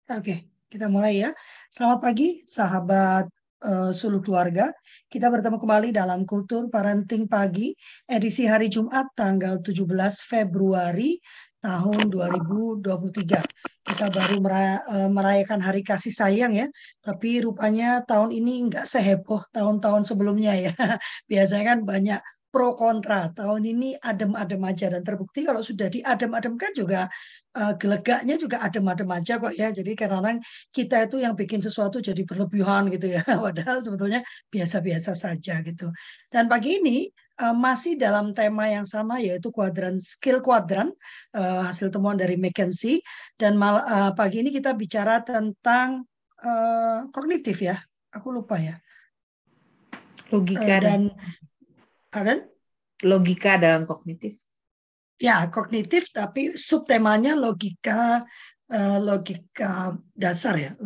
Oke, kita mulai ya. Selamat pagi, sahabat Suluh Keluarga. Kita bertemu kembali dalam Kultur Parenting Pagi, edisi hari Jumat, tanggal 17 Februari tahun 2023. Kita baru merayakan Hari Kasih Sayang ya, tapi rupanya tahun ini nggak seheboh tahun-tahun sebelumnya ya. Biasanya kan banyak pro kontra. Tahun ini adem-adem aja, dan terbukti kalau sudah diadem-ademkan juga gelegaknya juga adem-adem aja kok ya. Jadi kadang-kadang kita itu yang bikin sesuatu jadi berlebihan gitu ya. Padahal sebetulnya biasa-biasa saja gitu. Dan pagi ini masih dalam tema yang sama, yaitu kuadran skill kuadran, hasil temuan dari McKinsey. Dan pagi ini kita bicara tentang kognitif ya. Aku lupa ya. Logika dan Dan pardon? logika dalam kognitif. Ya, kognitif, tapi subtemanya logika dasar ya,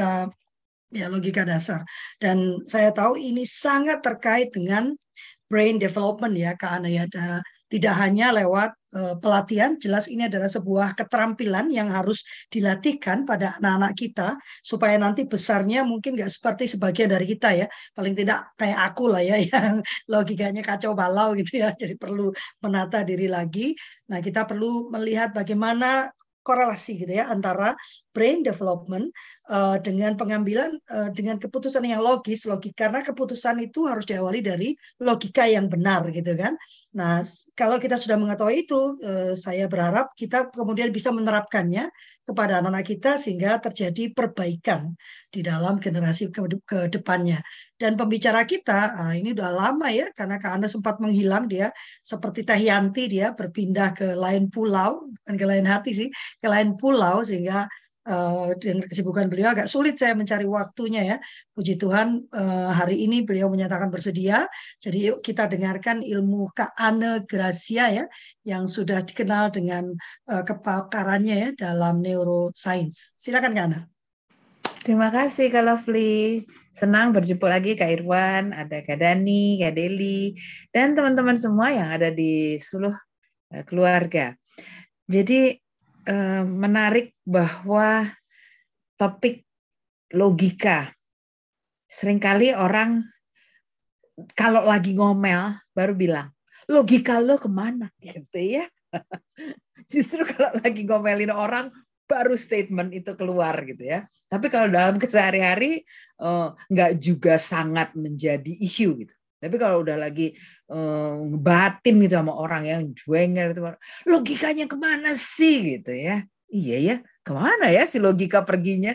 logika dasar. Dan saya tahu ini sangat terkait dengan brain development ya, Kak Ana ya. Tidak hanya lewat pelatihan, jelas ini adalah sebuah keterampilan yang harus dilatihkan pada anak-anak kita supaya nanti besarnya mungkin nggak seperti sebagian dari kita ya. Paling tidak kayak aku lah ya yang logikanya kacau balau gitu ya. Jadi perlu menata diri lagi. Nah, kita perlu melihat bagaimana korelasi gitu ya antara brain development dengan pengambilan dengan keputusan yang logika, karena keputusan itu harus diawali dari logika yang benar gitu kan. Nah, kalau kita sudah mengetahui itu, saya berharap kita kemudian bisa menerapkannya kepada anak-anak kita sehingga terjadi perbaikan di dalam generasi ke depannya. Dan pembicara kita, ini udah lama ya, karena Kak Anda sempat menghilang, dia seperti Teh Yanti, dia berpindah ke lain pulau, bukan ke lain hati sih, ke lain pulau, sehingga dengan kesibukan beliau agak sulit saya mencari waktunya ya. Puji Tuhan hari ini beliau menyatakan bersedia. Jadi yuk kita dengarkan ilmu Kak Ane Gracia ya, yang sudah dikenal dengan kepakarannya ya dalam neuroscience. Silakan Kak Ane. Terima kasih Kak Lovely. Senang berjumpa lagi Kak Irwan, ada Kak Dani, Kak Deli, dan teman-teman semua yang ada di Suluh Keluarga. Jadi menarik bahwa topik logika. Seringkali orang kalau lagi ngomel baru bilang, logika lo kemana? Gitu ya. Justru kalau lagi ngomelin orang, baru statement itu keluar gitu ya. Tapi kalau dalam kesehari-hari nggak juga sangat menjadi isu gitu. Tapi kalau udah lagi ngebatin gitu sama orang yang juengel itu, logikanya kemana sih gitu ya? Iya ya, kemana ya si logika perginya?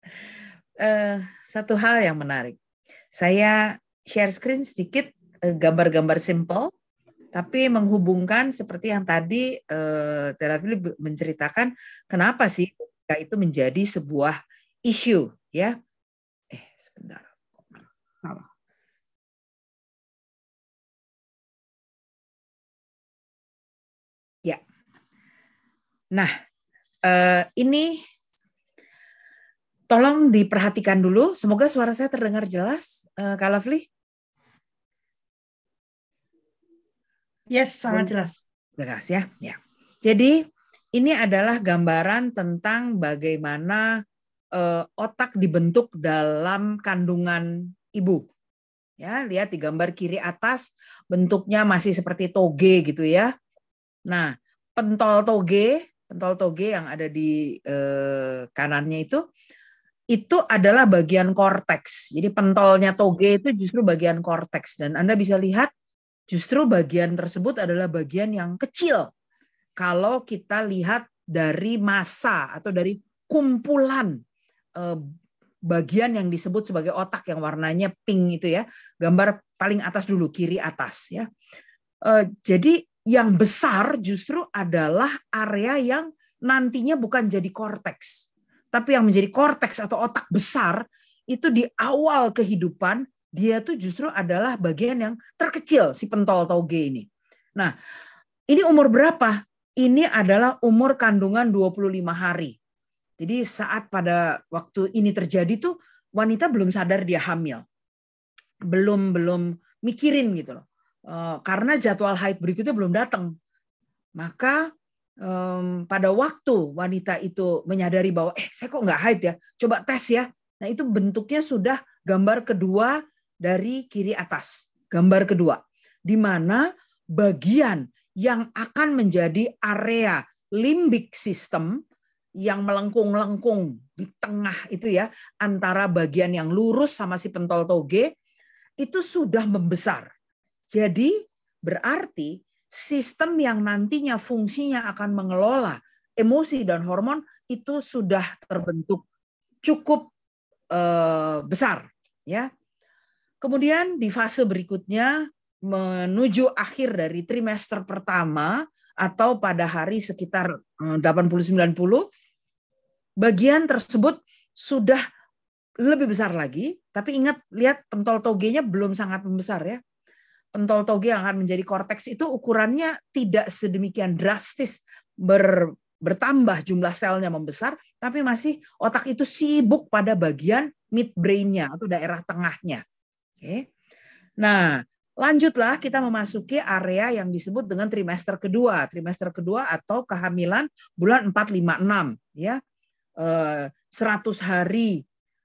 Satu hal yang menarik, saya share screen sedikit gambar-gambar simple tapi menghubungkan seperti yang tadi Teravili menceritakan kenapa sih itu menjadi sebuah isu ya. Sebentar. Ya. Nah, ini tolong diperhatikan dulu. Semoga suara saya terdengar jelas, Kak Lovely. Yes, sangat jelas. Jelas ya. Ya. Jadi ini adalah gambaran tentang bagaimana otak dibentuk dalam kandungan ibu. Ya, lihat di gambar kiri atas bentuknya masih seperti toge gitu ya. Nah, pentol toge yang ada di kanannya itu adalah bagian korteks. Jadi pentolnya toge itu justru bagian korteks, dan Anda bisa lihat justru bagian tersebut adalah bagian yang kecil kalau kita lihat dari massa atau dari kumpulan bagian yang disebut sebagai otak yang warnanya pink itu ya. Gambar paling atas dulu, kiri atas ya. Jadi yang besar justru adalah area yang nantinya bukan jadi korteks, tapi yang menjadi korteks atau otak besar itu di awal kehidupan dia tuh justru adalah bagian yang terkecil si pentol toge ini. Nah, ini umur berapa? Ini adalah umur kandungan 25 hari. Jadi saat pada waktu ini terjadi tuh wanita belum sadar dia hamil. Belum mikirin gitu loh. Karena jadwal haid berikutnya belum datang. Maka pada waktu wanita itu menyadari bahwa saya kok nggak haid ya, coba tes ya. Nah itu bentuknya sudah gambar kedua dari kiri atas. Gambar kedua, di mana bagian yang akan menjadi area limbic system yang melengkung-lengkung di tengah itu ya, antara bagian yang lurus sama si pentol toge, itu sudah membesar. Jadi berarti sistem yang nantinya fungsinya akan mengelola emosi dan hormon itu sudah terbentuk cukup besar, ya. Kemudian di fase berikutnya menuju akhir dari trimester pertama atau pada hari sekitar 80-90, bagian tersebut sudah lebih besar lagi, tapi ingat, lihat pentol togenya belum sangat membesar ya. Pentol toge yang akan menjadi korteks itu ukurannya tidak sedemikian drastis bertambah jumlah selnya membesar, tapi masih otak itu sibuk pada bagian midbrain-nya atau daerah tengahnya. Oke. Nah, lanjutlah kita memasuki area yang disebut dengan trimester kedua. Trimester kedua atau kehamilan bulan 4, 5, 6 ya. 100 hari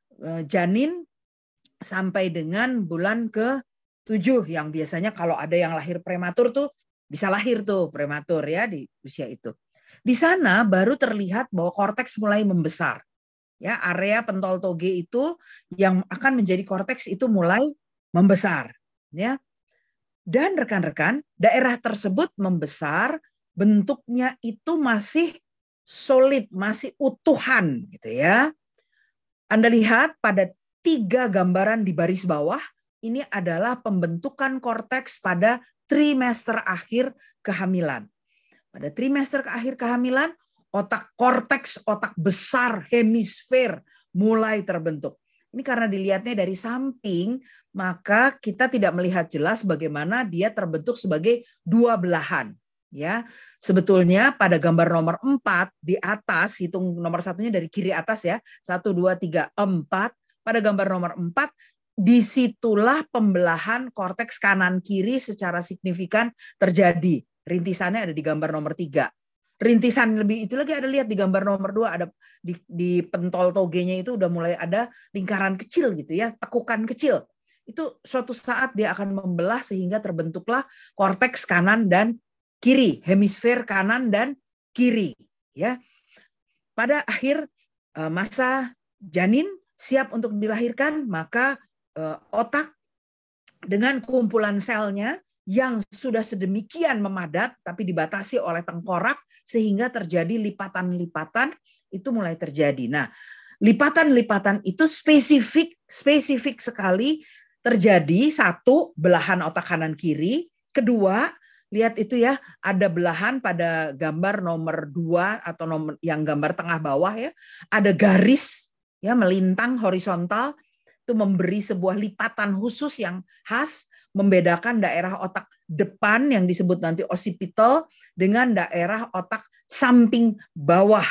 janin sampai dengan bulan ke-7 yang biasanya kalau ada yang lahir prematur tuh bisa lahir tuh prematur ya di usia itu. Di sana baru terlihat bahwa korteks mulai membesar. Ya, area pentol toge itu yang akan menjadi korteks itu mulai membesar, ya. Dan rekan-rekan, daerah tersebut membesar, bentuknya itu masih solid, masih utuhan gitu ya. Anda lihat pada 3 gambaran di baris bawah, ini adalah pembentukan korteks pada trimester akhir kehamilan. Pada trimester akhir kehamilan, otak korteks, otak besar hemisfer mulai terbentuk. Ini karena dilihatnya dari samping, maka kita tidak melihat jelas bagaimana dia terbentuk sebagai 2 belahan. Ya, sebetulnya pada gambar nomor 4 di atas, hitung nomor satunya dari kiri atas ya, 1, 2, 3, 4. Pada gambar nomor 4, disitulah pembelahan korteks kanan kiri secara signifikan terjadi. Rintisannya ada di gambar nomor 3. Rintisan lebih itu lagi ada lihat di gambar nomor 2, ada di pentol togenya itu udah mulai ada lingkaran kecil gitu ya, tekukan kecil. Itu suatu saat dia akan membelah sehingga terbentuklah korteks kanan dan kiri, hemisfer kanan dan kiri, ya. Pada akhir masa janin siap untuk dilahirkan, maka otak dengan kumpulan selnya yang sudah sedemikian memadat tapi dibatasi oleh tengkorak sehingga terjadi lipatan-lipatan itu mulai terjadi. Nah, lipatan-lipatan itu spesifik sekali terjadi. 1, belahan otak kanan kiri. 2, lihat itu ya, ada belahan pada gambar nomor 2 atau nomor yang gambar tengah bawah ya, ada garis ya melintang horizontal itu memberi sebuah lipatan khusus yang khas membedakan daerah otak depan yang disebut nanti occipital dengan daerah otak samping bawah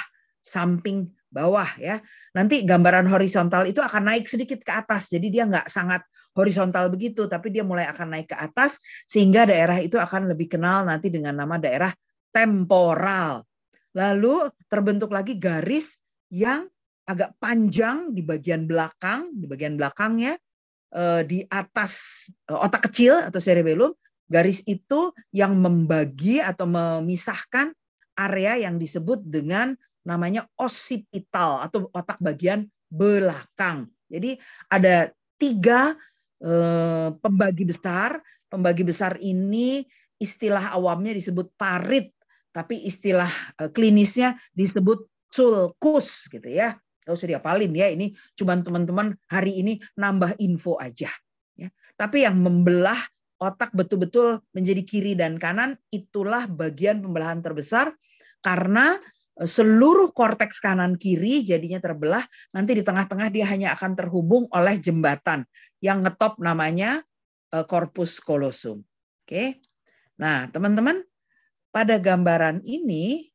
ya. Nanti gambaran horizontal itu akan naik sedikit ke atas, jadi dia nggak sangat horizontal begitu, tapi dia mulai akan naik ke atas sehingga daerah itu akan lebih kenal nanti dengan nama daerah temporal. Lalu terbentuk lagi garis yang agak panjang di bagian belakangnya di atas otak kecil atau cerebellum. Garis itu yang membagi atau memisahkan area yang disebut dengan namanya occipital atau otak bagian belakang. Jadi ada 3 pembagi besar. Pembagi besar ini istilah awamnya disebut parit, tapi istilah klinisnya disebut sulcus gitu ya. Gak usah diapalin ya, ini cuman teman-teman hari ini nambah info aja. Ya. Tapi yang membelah otak betul-betul menjadi kiri dan kanan itulah bagian pembelahan terbesar karena seluruh korteks kanan kiri jadinya terbelah, nanti di tengah-tengah dia hanya akan terhubung oleh jembatan yang ngetop namanya corpus callosum. Oke. Nah, teman-teman, pada gambaran ini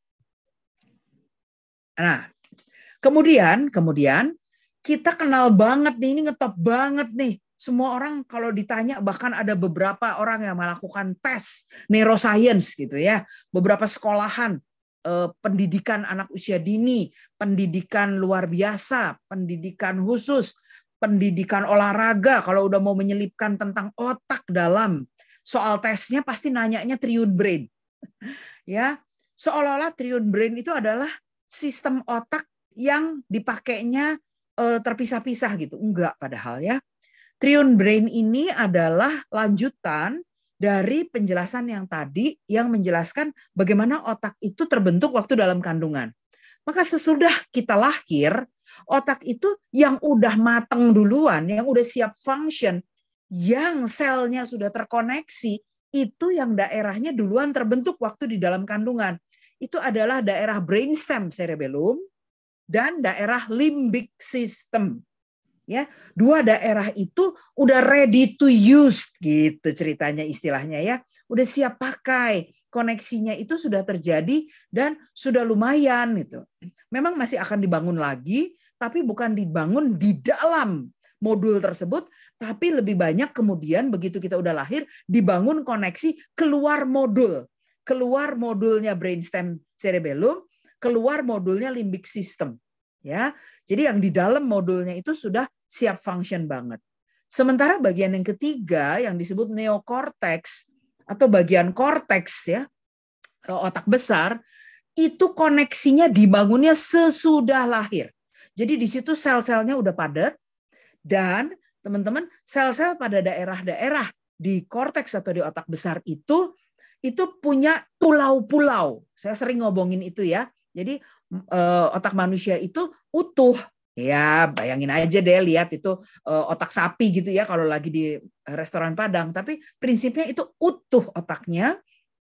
kemudian kita kenal banget nih, ini ngetop banget nih. Semua orang kalau ditanya, bahkan ada beberapa orang yang melakukan tes neuroscience gitu ya, beberapa sekolahan pendidikan anak usia dini, pendidikan luar biasa, pendidikan khusus, pendidikan olahraga. Kalau udah mau menyelipkan tentang otak dalam soal tesnya pasti nanyanya Triune Brain. Ya, seolah-olah Triune Brain itu adalah sistem otak yang dipakainya terpisah-pisah gitu. Enggak padahal ya. Triune Brain ini adalah lanjutan dari penjelasan yang tadi yang menjelaskan bagaimana otak itu terbentuk waktu dalam kandungan. Maka sesudah kita lahir, otak itu yang udah matang duluan, yang udah siap function, yang selnya sudah terkoneksi, itu yang daerahnya duluan terbentuk waktu di dalam kandungan. Itu adalah daerah brainstem cerebellum dan daerah limbic system. Ya, dua daerah itu udah ready to use gitu ceritanya istilahnya ya. Udah siap pakai, koneksinya itu sudah terjadi dan sudah lumayan gitu. Memang masih akan dibangun lagi, tapi bukan dibangun di dalam modul tersebut, tapi lebih banyak kemudian begitu kita udah lahir dibangun koneksi keluar modul. Keluar modulnya brainstem cerebellum, keluar modulnya limbic system. Ya. Jadi yang di dalam modulnya itu sudah siap function banget. Sementara bagian yang ketiga yang disebut neokortex atau bagian korteks ya, otak besar, itu koneksinya dibangunnya sesudah lahir. Jadi di situ sel-selnya udah padat dan teman-teman sel-sel pada daerah-daerah di korteks atau di otak besar itu punya pulau-pulau. Saya sering ngomongin itu ya. Jadi otak manusia itu utuh. Ya, bayangin aja deh lihat itu otak sapi gitu ya kalau lagi di restoran Padang. Tapi prinsipnya itu utuh otaknya.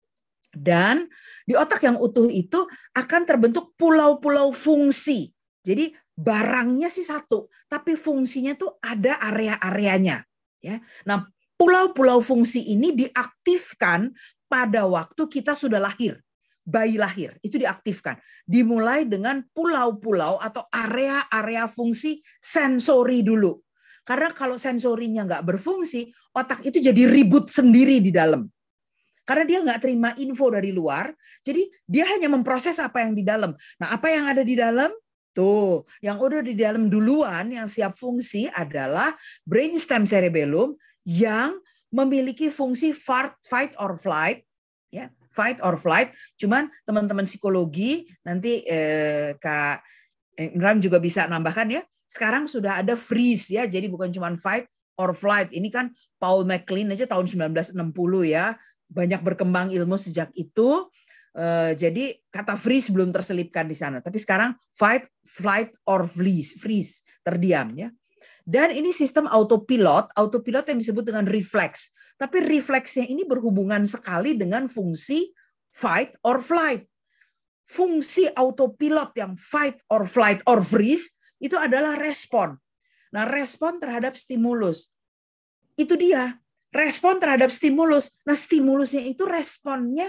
Dan di otak yang utuh itu akan terbentuk pulau-pulau fungsi. Jadi barangnya sih satu, tapi fungsinya tuh ada area-areanya. Ya. Nah, pulau-pulau fungsi ini diaktifkan pada waktu kita sudah lahir. Bayi lahir itu diaktifkan. Dimulai dengan pulau-pulau atau area-area fungsi sensori dulu. Karena kalau sensorinya nggak berfungsi, otak itu jadi ribut sendiri di dalam. Karena dia nggak terima info dari luar, jadi dia hanya memproses apa yang di dalam. Nah, apa yang ada di dalam? Tuh, yang udah di dalam duluan yang siap fungsi adalah brainstem cerebellum yang memiliki fungsi fight or flight, ya, fight or flight. Cuman teman-teman psikologi nanti Kak Imran juga bisa nambahkan ya. Sekarang sudah ada freeze ya, jadi bukan cuma fight or flight. Ini kan Paul MacLean aja tahun 1960 ya. Banyak berkembang ilmu sejak itu. Jadi kata freeze belum terselipkan di sana. Tapi sekarang fight, flight, or freeze, terdiam ya. Dan ini sistem autopilot yang disebut dengan refleks. Tapi refleksnya ini berhubungan sekali dengan fungsi fight or flight. Fungsi autopilot yang fight or flight or freeze itu adalah respon. Nah, respon terhadap stimulus. Itu dia. Respon terhadap stimulus. Nah, stimulusnya itu responnya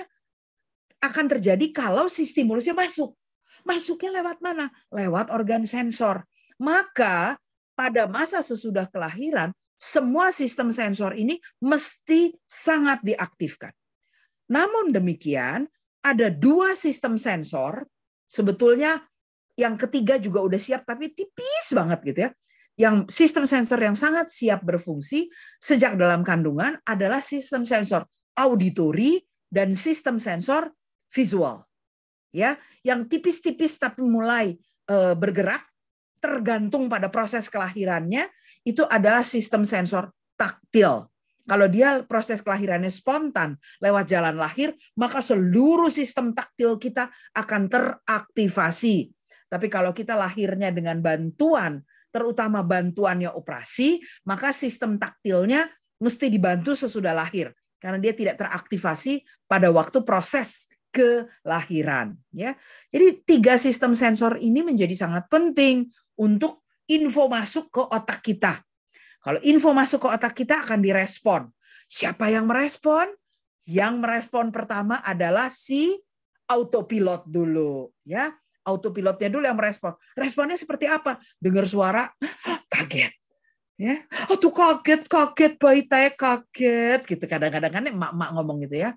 akan terjadi kalau si stimulusnya masuk. Masuknya lewat mana? Lewat organ sensor. Maka pada masa sesudah kelahiran, semua sistem sensor ini mesti sangat diaktifkan. Namun demikian, ada dua sistem sensor, sebetulnya yang ketiga juga udah siap, tapi tipis banget gitu ya. Yang sistem sensor yang sangat siap berfungsi sejak dalam kandungan adalah sistem sensor auditori dan sistem sensor visual. Ya, yang tipis-tipis tapi mulai bergerak tergantung pada proses kelahirannya itu adalah sistem sensor taktil. Kalau dia proses kelahirannya spontan lewat jalan lahir, maka seluruh sistem taktil kita akan teraktivasi. Tapi kalau kita lahirnya dengan bantuan, terutama bantuannya operasi, maka sistem taktilnya mesti dibantu sesudah lahir karena dia tidak teraktivasi pada waktu proses kelahiran. Ya, jadi 3 sistem sensor ini menjadi sangat penting untuk info masuk ke otak kita. Kalau info masuk ke otak kita akan direspon. Siapa yang merespon? Yang merespon pertama adalah si autopilot dulu, ya. Autopilotnya dulu yang merespon. Responnya seperti apa? Dengar suara, kaget. Ya, tuh kaget, bayi saya kaget gitu. Kadang-kadang kan emak-emak ngomong gitu ya.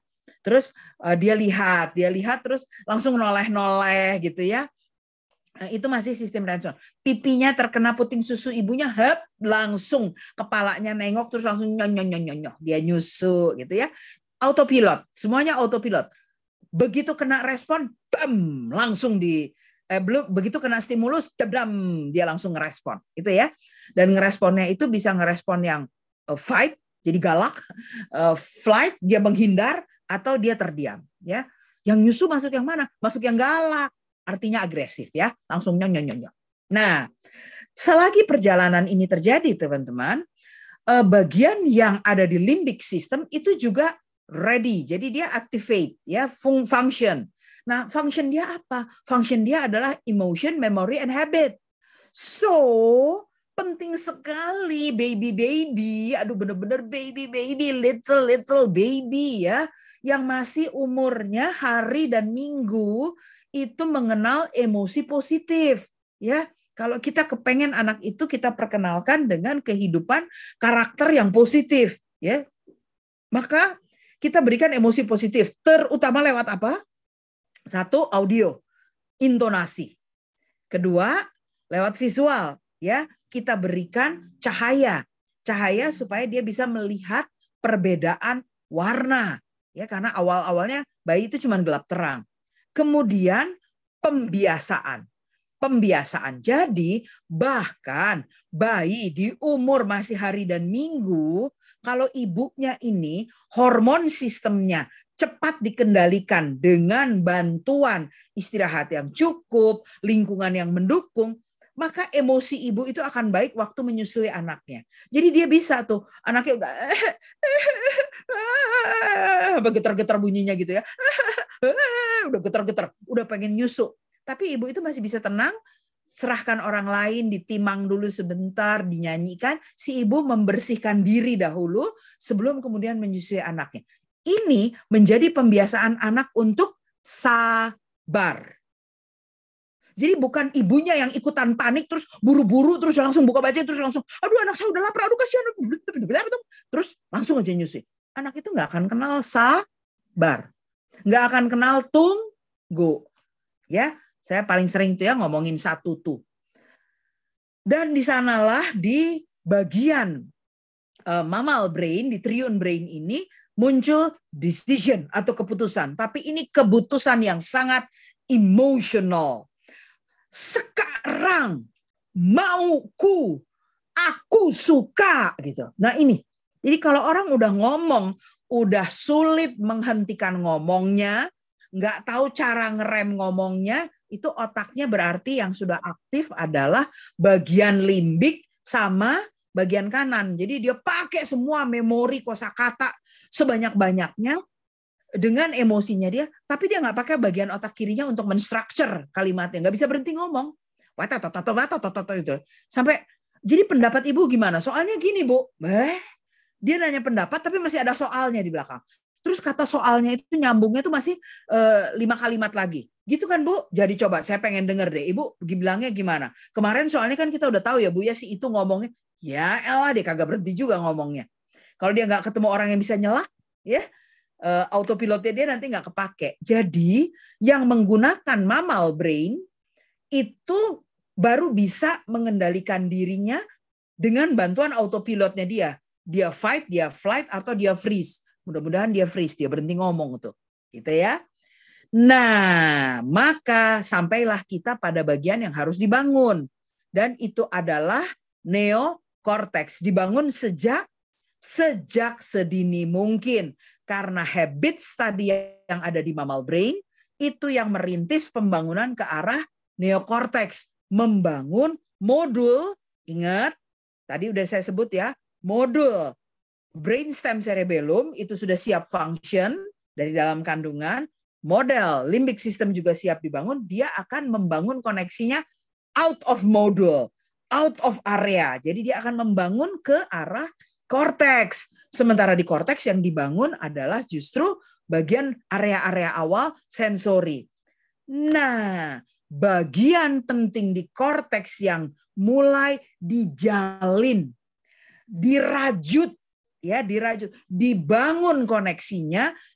Terus dia lihat terus langsung noleh-noleh gitu ya. Itu masih sistem respon. Pipinya terkena puting susu ibunya, langsung kepalanya nengok terus langsung nyonyoh dia nyusu gitu ya. Autopilot, semuanya autopilot. Begitu kena respon, bam, langsung begitu kena stimulus, bam, dia langsung ngerespon, itu ya. Dan ngeresponnya itu bisa ngerespon yang fight, jadi galak, flight, dia menghindar, atau dia terdiam, ya. Yang nyusu masuk yang mana? Masuk yang galak, artinya agresif, ya, langsung nyonyoh. Nah, selagi perjalanan ini terjadi, teman-teman, bagian yang ada di limbic system itu juga ready, jadi dia activate, ya, function. Nah, function dia apa? Function dia adalah emotion, memory, and habit. So, penting sekali baby, aduh bener-bener baby, little baby ya, yang masih umurnya hari dan minggu itu mengenal emosi positif, ya. Kalau kita kepengen anak itu kita perkenalkan dengan kehidupan karakter yang positif, ya. Maka kita berikan emosi positif, terutama lewat apa? Satu, audio, intonasi. Kedua, lewat visual, ya. Kita berikan cahaya supaya dia bisa melihat perbedaan warna, ya, karena awal-awalnya bayi itu cuma gelap terang. Kemudian pembiasaan. Jadi bahkan bayi di umur masih hari dan minggu, kalau ibunya ini hormon sistemnya cepat dikendalikan dengan bantuan istirahat yang cukup, lingkungan yang mendukung, maka emosi ibu itu akan baik waktu menyusui anaknya. Jadi dia bisa tuh, anaknya udah getar-getar bunyinya gitu ya. Udah getar-getar, udah pengen nyusu. Tapi ibu itu masih bisa tenang, serahkan orang lain, ditimang dulu sebentar, dinyanyikan, si ibu membersihkan diri dahulu sebelum kemudian menyusui anaknya. Ini menjadi pembiasaan anak untuk sabar. Jadi bukan ibunya yang ikutan panik, terus buru-buru, terus langsung buka baju, terus langsung, aduh anak saya udah lapar, aduh kasihan, terus langsung aja nyusui. Anak itu nggak akan kenal sabar, nggak akan kenal tunggu. Ya, saya paling sering itu ya ngomongin satu tuh. Dan di sanalah di bagian mammal brain, di triune brain ini muncul decision atau keputusan. Tapi ini keputusan yang sangat emosional. Sekarang mauku, aku suka gitu. Nah ini. Jadi kalau orang udah ngomong, udah sulit menghentikan ngomongnya, nggak tahu cara ngerem ngomongnya, itu otaknya berarti yang sudah aktif adalah bagian limbik sama bagian kanan. Jadi dia pakai semua memori kosakata sebanyak-banyaknya dengan emosinya dia, tapi dia nggak pakai bagian otak kirinya untuk menstructure kalimatnya, nggak bisa berhenti ngomong. Itu. Sampai jadi pendapat ibu gimana? Soalnya gini bu, dia nanya pendapat tapi masih ada soalnya di belakang. Terus kata soalnya itu nyambungnya tuh masih 5 kalimat lagi. Gitu kan Bu? Jadi coba saya pengen denger deh. Ibu bilangnya gimana? Kemarin soalnya kan kita udah tahu ya Bu ya si itu ngomongnya. Ya elah dia kagak berhenti juga ngomongnya. Kalau dia nggak ketemu orang yang bisa nyela, ya autopilotnya dia nanti nggak kepake. Jadi yang menggunakan mammal brain itu baru bisa mengendalikan dirinya dengan bantuan autopilotnya dia. Dia fight, dia flight, atau dia freeze. Mudah-mudahan dia freeze, dia berhenti ngomong tuh. Gitu ya. Nah, maka sampailah kita pada bagian yang harus dibangun. Dan itu adalah neokorteks. Dibangun sejak sedini mungkin. Karena habits tadi yang ada di mammal brain, itu yang merintis pembangunan ke arah neokorteks. Membangun modul, ingat, tadi udah saya sebut ya, modul brainstem cerebellum itu sudah siap function dari dalam kandungan, model limbic system juga siap dibangun, dia akan membangun koneksinya out of module, out of area. Jadi dia akan membangun ke arah korteks. Sementara di korteks yang dibangun adalah justru bagian area-area awal sensori. Nah, bagian penting di korteks yang mulai dijalin, dirajut, dibangun koneksinya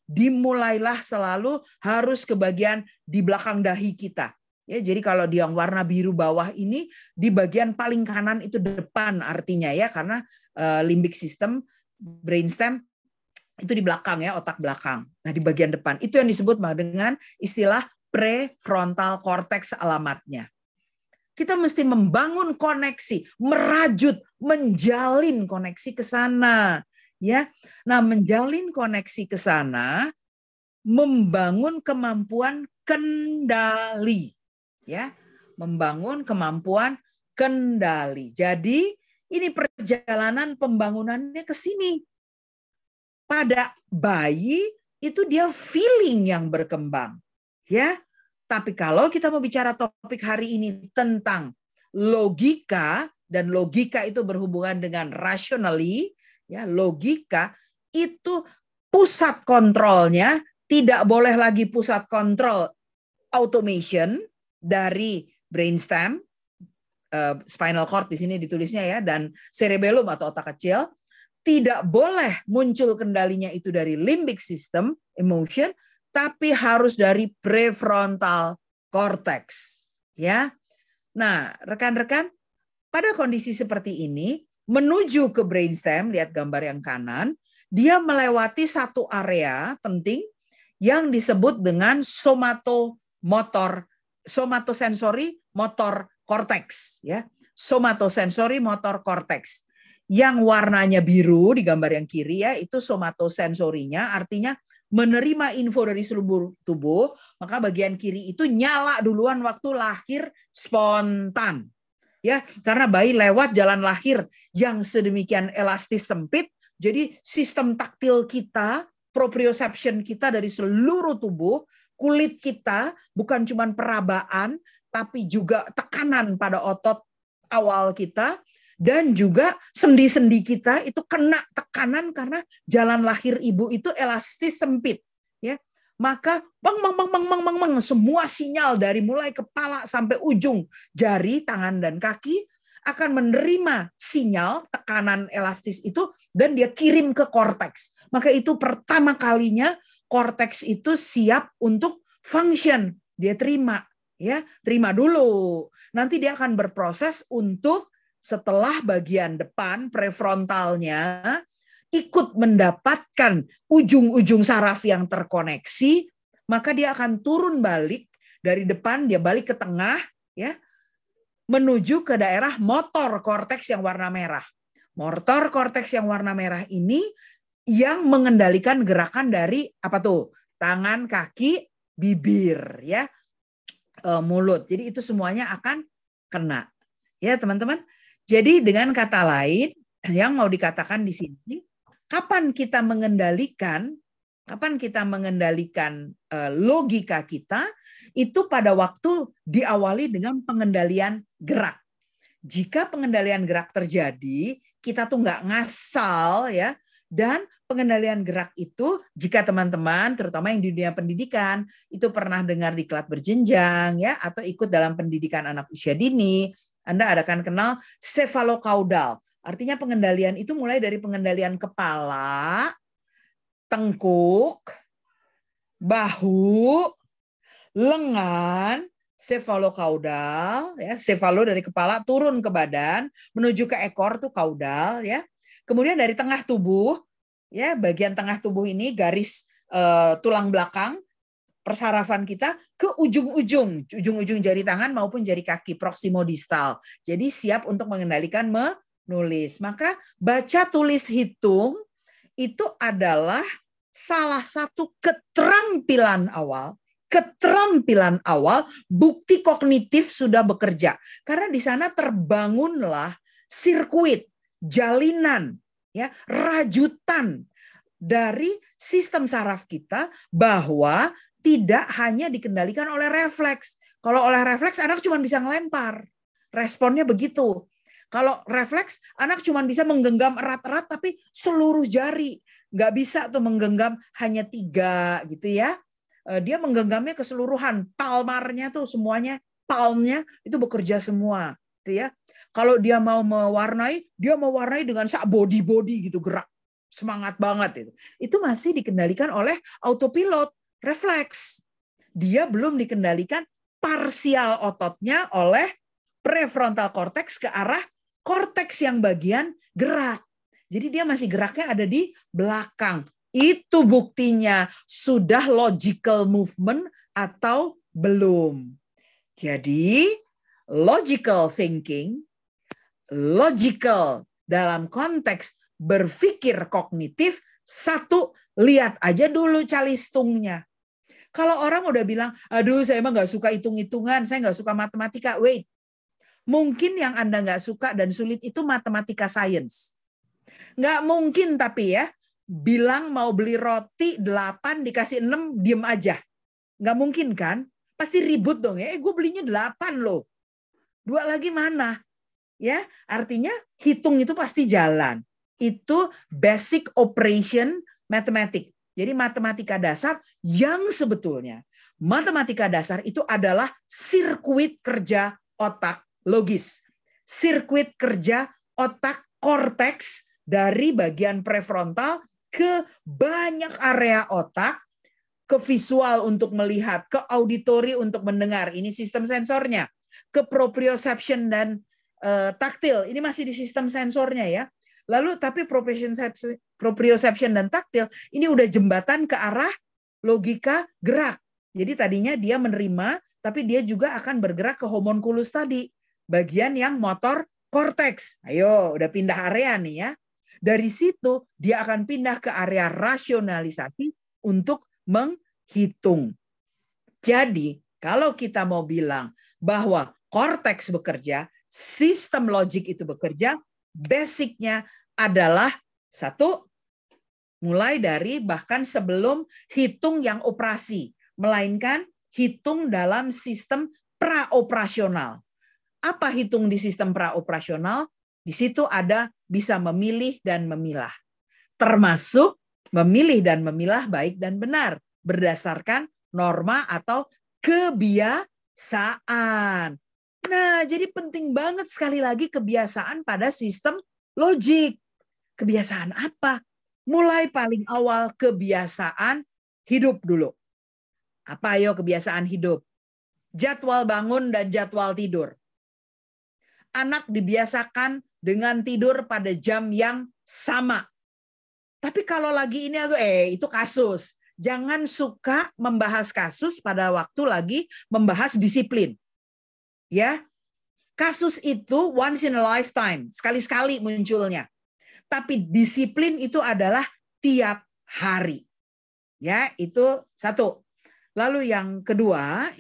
dimulailah selalu harus ke bagian di belakang dahi kita. Ya, jadi kalau di yang warna biru bawah ini di bagian paling kanan itu depan artinya ya, karena limbic system, brainstem itu di belakang ya, otak belakang. Nah, di bagian depan itu yang disebut dengan istilah prefrontal cortex alamatnya. Kita mesti membangun koneksi, merajut, menjalin koneksi ke sana, ya. Nah, menjalin koneksi ke sana, membangun kemampuan kendali. Ya, membangun kemampuan kendali. Jadi ini perjalanan pembangunannya ke sini. Pada bayi itu dia feeling yang berkembang, ya. Tapi kalau kita mau bicara topik hari ini tentang logika, dan logika itu berhubungan dengan rationally, ya, logika itu pusat kontrolnya tidak boleh lagi pusat kontrol automation dari brainstem, spinal cord di sini ditulisnya ya, dan cerebellum atau otak kecil. Tidak boleh muncul kendalinya itu dari limbic system, emotion, tapi harus dari prefrontal cortex, ya. Nah, rekan-rekan, pada kondisi seperti ini menuju ke brainstem, lihat gambar yang kanan, dia melewati satu area penting yang disebut dengan somatosensory motor cortex, ya. Somatosensory motor cortex. Yang warnanya biru di gambar yang kiri ya, itu somatosensorinya, artinya menerima info dari seluruh tubuh, maka bagian kiri itu nyala duluan waktu lahir spontan. Ya, karena bayi lewat jalan lahir yang sedemikian elastis sempit, jadi sistem taktil kita, proprioception kita dari seluruh tubuh, kulit kita bukan cuma perabaan, tapi juga tekanan pada otot awal kita, dan juga sendi-sendi kita itu kena tekanan karena jalan lahir ibu itu elastis sempit, ya. Maka semua sinyal dari mulai kepala sampai ujung jari, tangan dan kaki akan menerima sinyal tekanan elastis itu dan dia kirim ke korteks. Maka itu pertama kalinya korteks itu siap untuk function, dia terima, ya, terima dulu. Nanti dia akan berproses untuk setelah bagian depan prefrontalnya ikut mendapatkan ujung-ujung saraf yang terkoneksi, maka dia akan turun balik dari depan, dia balik ke tengah, ya, menuju ke daerah motor korteks yang warna merah. Motor korteks yang warna merah ini yang mengendalikan gerakan dari apa tuh? Tangan, kaki, bibir, ya, mulut. Jadi itu semuanya akan kena, ya teman-teman. Jadi dengan kata lain, yang mau dikatakan di sini, kapan kita mengendalikan logika kita, itu pada waktu diawali dengan pengendalian gerak. Jika pengendalian gerak terjadi, kita tuh nggak ngasal, ya. Dan pengendalian gerak itu, jika teman-teman, terutama yang di dunia pendidikan, itu pernah dengar diklat berjenjang, ya, atau ikut dalam pendidikan anak usia dini, Anda akan kenal cephalocaudal. Artinya pengendalian itu mulai dari pengendalian kepala, tengkuk, bahu, lengan, cephalocaudal, ya, cephalo dari kepala turun ke badan, menuju ke ekor tuh caudal, ya. Kemudian dari tengah tubuh, ya, bagian tengah tubuh ini garis tulang belakang persarafan kita ke ujung-ujung jari tangan maupun jari kaki, proximodistal. Jadi siap untuk mengendalikan menulis. Maka baca, tulis, hitung itu adalah salah satu keterampilan awal bukti kognitif sudah bekerja. Karena di sana terbangunlah sirkuit, jalinan, ya, rajutan dari sistem saraf kita bahwa tidak hanya dikendalikan oleh refleks. Kalau oleh refleks anak cuma bisa ngelempar. Responnya begitu. Kalau refleks anak cuma bisa menggenggam erat-erat tapi seluruh jari. Nggak bisa tuh menggenggam hanya 3 gitu ya. Dia menggenggamnya keseluruhan. Palmarnya tuh semuanya, palmnya itu bekerja semua. Gitu ya. Kalau dia mau mewarnai, dia mewarnai dengan sak body gitu gerak. semangat banget itu. Itu masih dikendalikan oleh autopilot, refleks. Dia belum dikendalikan parsial ototnya oleh prefrontal cortex ke arah korteks yang bagian gerak. Jadi dia masih geraknya ada di belakang. Itu buktinya sudah logical movement atau belum. Jadi logical thinking, logical dalam konteks berpikir kognitif, satu, lihat aja dulu calistungnya. Kalau orang udah bilang, aduh saya emang nggak suka hitung-hitungan, saya nggak suka matematika. Wait, mungkin yang Anda nggak suka dan sulit itu matematika science. Nggak mungkin tapi ya, bilang mau beli roti 8 dikasih 6, diem aja. Nggak mungkin kan? Pasti ribut dong ya, gue belinya 8 loh. 2 lagi mana? Ya, artinya hitung itu pasti jalan. Itu basic operation mathematics. Jadi matematika dasar yang sebetulnya matematika dasar itu adalah sirkuit kerja otak logis. Sirkuit kerja otak korteks dari bagian prefrontal ke banyak area otak, ke visual untuk melihat, ke auditori untuk mendengar. Ini sistem sensornya. Ke proprioception dan taktil. Ini masih di sistem sensornya ya. Lalu tapi proprioception dan taktil ini udah jembatan ke arah logika gerak. Jadi tadinya dia menerima, tapi dia juga akan bergerak ke homunculus tadi, bagian yang motor korteks. Ayo, udah pindah area nih ya. Dari situ dia akan pindah ke area rasionalisasi untuk menghitung. Jadi kalau kita mau bilang bahwa korteks bekerja, sistem logik itu bekerja, basicnya adalah satu, mulai dari bahkan sebelum hitung yang operasi, melainkan hitung dalam sistem praoperasional. Apa hitung di sistem praoperasional? Di situ ada bisa memilih dan memilah. Termasuk memilih dan memilah baik dan benar berdasarkan norma atau kebiasaan. Nah, jadi penting banget sekali lagi kebiasaan pada sistem logik. Kebiasaan apa? Mulai paling awal kebiasaan hidup dulu. Apa ayo kebiasaan hidup? Jadwal bangun dan jadwal tidur. Anak dibiasakan dengan tidur pada jam yang sama. Tapi kalau lagi ini itu kasus. Jangan suka membahas kasus pada waktu lagi membahas disiplin. Ya. Kasus itu once in a lifetime, sekali-sekali munculnya. Tapi disiplin itu adalah tiap hari. Ya, itu satu. Lalu yang kedua,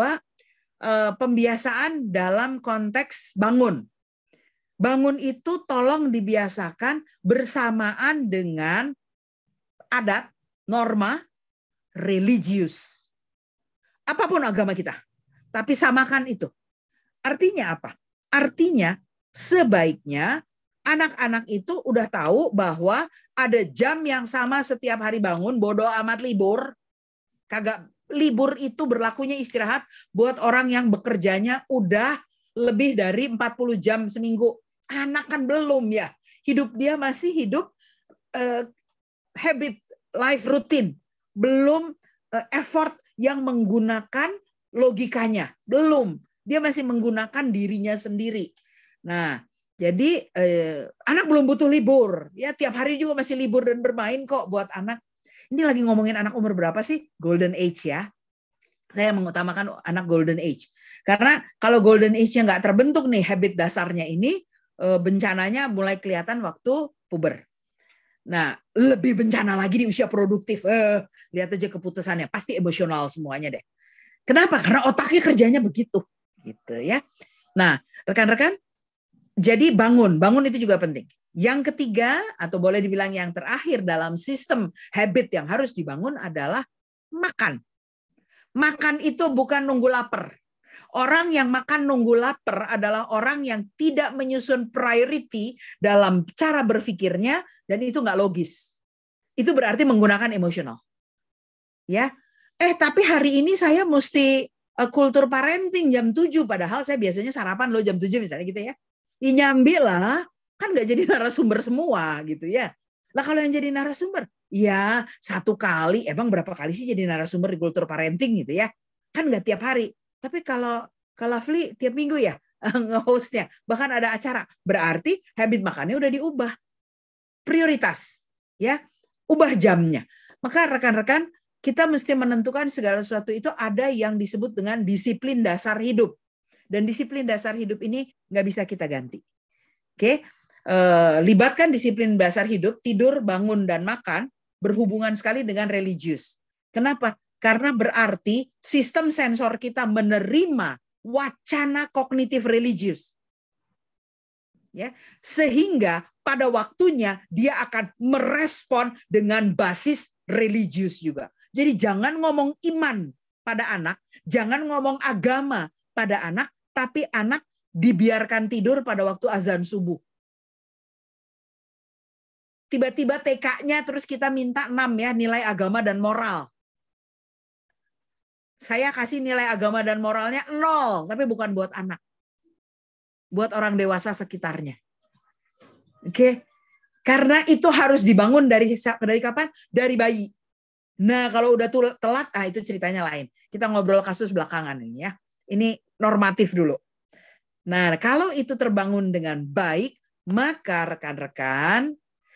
pembiasaan dalam konteks bangun. Bangun itu tolong dibiasakan bersamaan dengan adat, norma, religius. Apapun agama kita. Tapi samakan itu. Artinya apa? Artinya sebaiknya anak-anak itu udah tahu bahwa ada jam yang sama setiap hari bangun, bodoh amat libur. Kagak, libur itu berlakunya istirahat buat orang yang bekerjanya udah lebih dari 40 jam seminggu. Anak kan belum ya. Hidup dia masih hidup habit, life routine. Belum effort yang menggunakan logikanya. Belum. Dia masih menggunakan dirinya sendiri. Nah, jadi anak belum butuh libur. Ya, tiap hari juga masih libur dan bermain kok buat anak. Ini lagi ngomongin anak umur berapa sih? Golden age ya. Saya mengutamakan anak golden age. Karena kalau golden age-nya nggak terbentuk nih habit dasarnya ini, bencananya mulai kelihatan waktu puber. Nah, lebih bencana lagi di usia produktif. Lihat aja keputusannya. Pasti emosional semuanya deh. Kenapa? Karena otaknya kerjanya begitu. Gitu ya. Nah, rekan-rekan, jadi bangun itu juga penting. Yang ketiga, atau boleh dibilang yang terakhir dalam sistem habit yang harus dibangun adalah makan. Makan itu bukan nunggu lapar. Orang yang makan nunggu lapar adalah orang yang tidak menyusun priority dalam cara berpikirnya dan itu nggak logis. Itu berarti menggunakan emosional. Ya. Tapi hari ini saya mesti kultur parenting jam 7 padahal saya biasanya sarapan loh jam 7 misalnya gitu ya. Nyambi lah, kan nggak jadi narasumber semua gitu ya. Lah kalau yang jadi narasumber, ya satu kali, emang berapa kali sih jadi narasumber di kultur parenting gitu ya? Kan nggak tiap hari. Tapi kalau Lovely tiap minggu ya nge-hostnya, bahkan ada acara. Berarti habit makannya udah diubah. Prioritas, ya, ubah jamnya. Maka rekan-rekan, kita mesti menentukan segala sesuatu itu ada yang disebut dengan disiplin dasar hidup. Dan disiplin dasar hidup ini nggak bisa kita ganti. Oke, libatkan disiplin dasar hidup, tidur, bangun, dan makan berhubungan sekali dengan religius. Kenapa? Karena berarti sistem sensor kita menerima wacana kognitif religius. Ya, sehingga pada waktunya dia akan merespon dengan basis religius juga. Jadi jangan ngomong iman pada anak, jangan ngomong agama pada anak, tapi anak dibiarkan tidur pada waktu azan subuh. Tiba-tiba TK-nya terus kita minta 6 ya, nilai agama dan moral. Saya kasih nilai agama dan moralnya 0, tapi bukan buat anak. Buat orang dewasa sekitarnya. Oke. Karena itu harus dibangun dari kapan? Dari bayi. Nah, kalau udah telat, itu ceritanya lain. Kita ngobrol kasus belakangan ini ya. Ini normatif dulu. Nah, kalau itu terbangun dengan baik, maka rekan-rekan,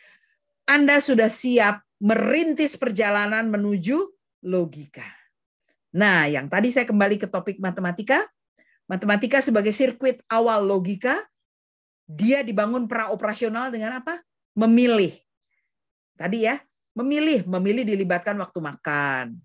Anda sudah siap merintis perjalanan menuju logika. Nah, yang tadi saya kembali ke topik matematika. Matematika sebagai sirkuit awal logika, dia dibangun praoperasional dengan apa? Memilih. Tadi ya, memilih dilibatkan waktu makan.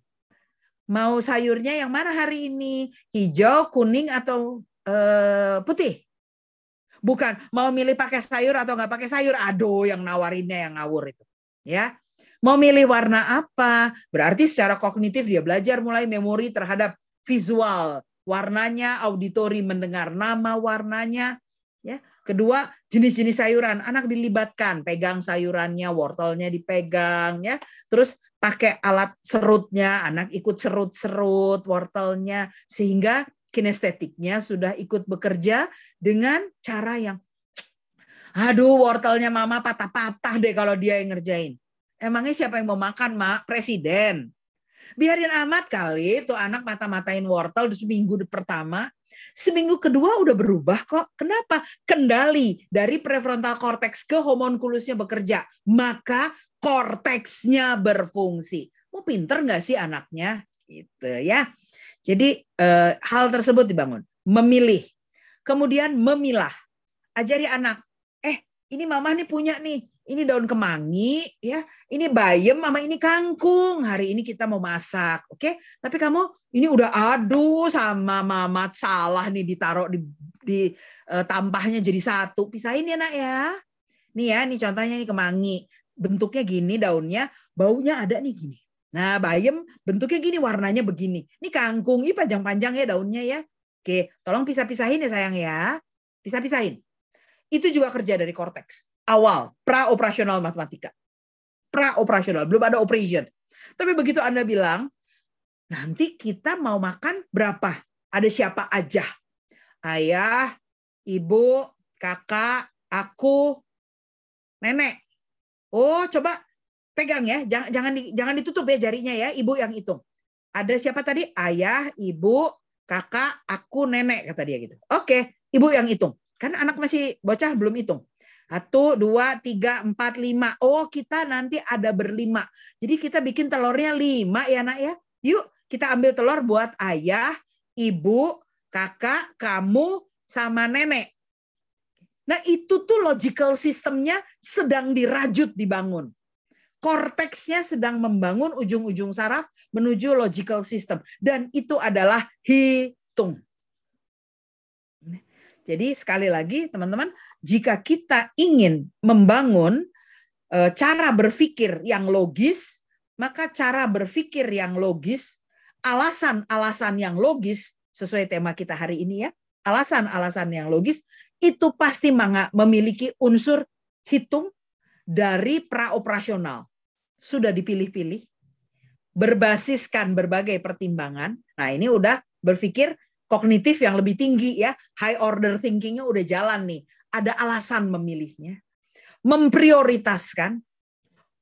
Mau sayurnya yang mana hari ini? Hijau, kuning, atau putih? Bukan mau milih pakai sayur atau nggak pakai sayur. Aduh, yang nawarinnya yang ngawur itu. Ya, mau milih warna apa? Berarti secara kognitif dia belajar mulai memori terhadap visual, warnanya, auditori mendengar nama warnanya. Ya, kedua jenis-jenis sayuran, anak dilibatkan, pegang sayurannya, wortelnya dipegang, ya. Terus pakai alat serutnya, anak ikut serut-serut wortelnya, sehingga kinestetiknya sudah ikut bekerja dengan cara yang, aduh wortelnya mama patah-patah deh kalau dia yang ngerjain. Emangnya siapa yang mau makan, Mak? Presiden. Biarin amat kali tuh anak mata-matain wortel di seminggu pertama. Seminggu kedua udah berubah kok. Kenapa? Kendali dari prefrontal cortex ke homunculusnya bekerja. Maka korteksnya berfungsi. Mau pinter nggak sih anaknya? Gitu ya. Jadi hal tersebut dibangun. Memilih. Kemudian memilah. Ajari anak. Ini mama nih punya nih. Ini daun kemangi, ya. Ini bayam, mama ini kangkung. Hari ini kita mau masak, oke? Tapi kamu ini udah aduh sama mama salah nih ditaruh di tampahnya jadi satu. Pisahin ya nak ya. Nih ya, nih contohnya nih kemangi. Bentuknya gini daunnya, baunya ada nih gini. Nah bayam bentuknya gini, warnanya begini. Ini kangkung, ini panjang-panjang ya daunnya ya. Oke, tolong pisah-pisahin ya sayang ya. Pisah-pisahin. Itu juga kerja dari korteks. Awal, pra-operasional matematika. Pra-operasional, belum ada operation. Tapi begitu Anda bilang, nanti kita mau makan berapa? Ada siapa aja? Ayah, ibu, kakak, aku, nenek. Oh, coba pegang ya. Jangan ditutup ya jarinya ya. Ibu yang hitung. Ada siapa tadi? Ayah, ibu, kakak, aku, nenek, kata dia gitu. Oke, ibu yang hitung. Kan anak masih bocah belum hitung. 1, 2, 3, 4, 5. Oh, kita nanti ada berlima. Jadi kita bikin telurnya 5 ya nak ya. Yuk kita ambil telur buat ayah, ibu, kakak, kamu, sama nenek. Nah itu tuh logical systemnya sedang dirajut dibangun. Korteksnya sedang membangun ujung-ujung saraf menuju logical system. Dan itu adalah hitung. Jadi sekali lagi teman-teman, jika kita ingin membangun cara berpikir yang logis, maka cara berpikir yang logis, alasan-alasan yang logis, sesuai tema kita hari ini ya, alasan-alasan yang logis, itu pasti memiliki unsur hitung dari praoperasional. Sudah dipilih-pilih, berbasiskan berbagai pertimbangan. Nah ini udah berpikir kognitif yang lebih tinggi ya, high order thinking-nya udah jalan nih. Ada alasan memilihnya. Memprioritaskan,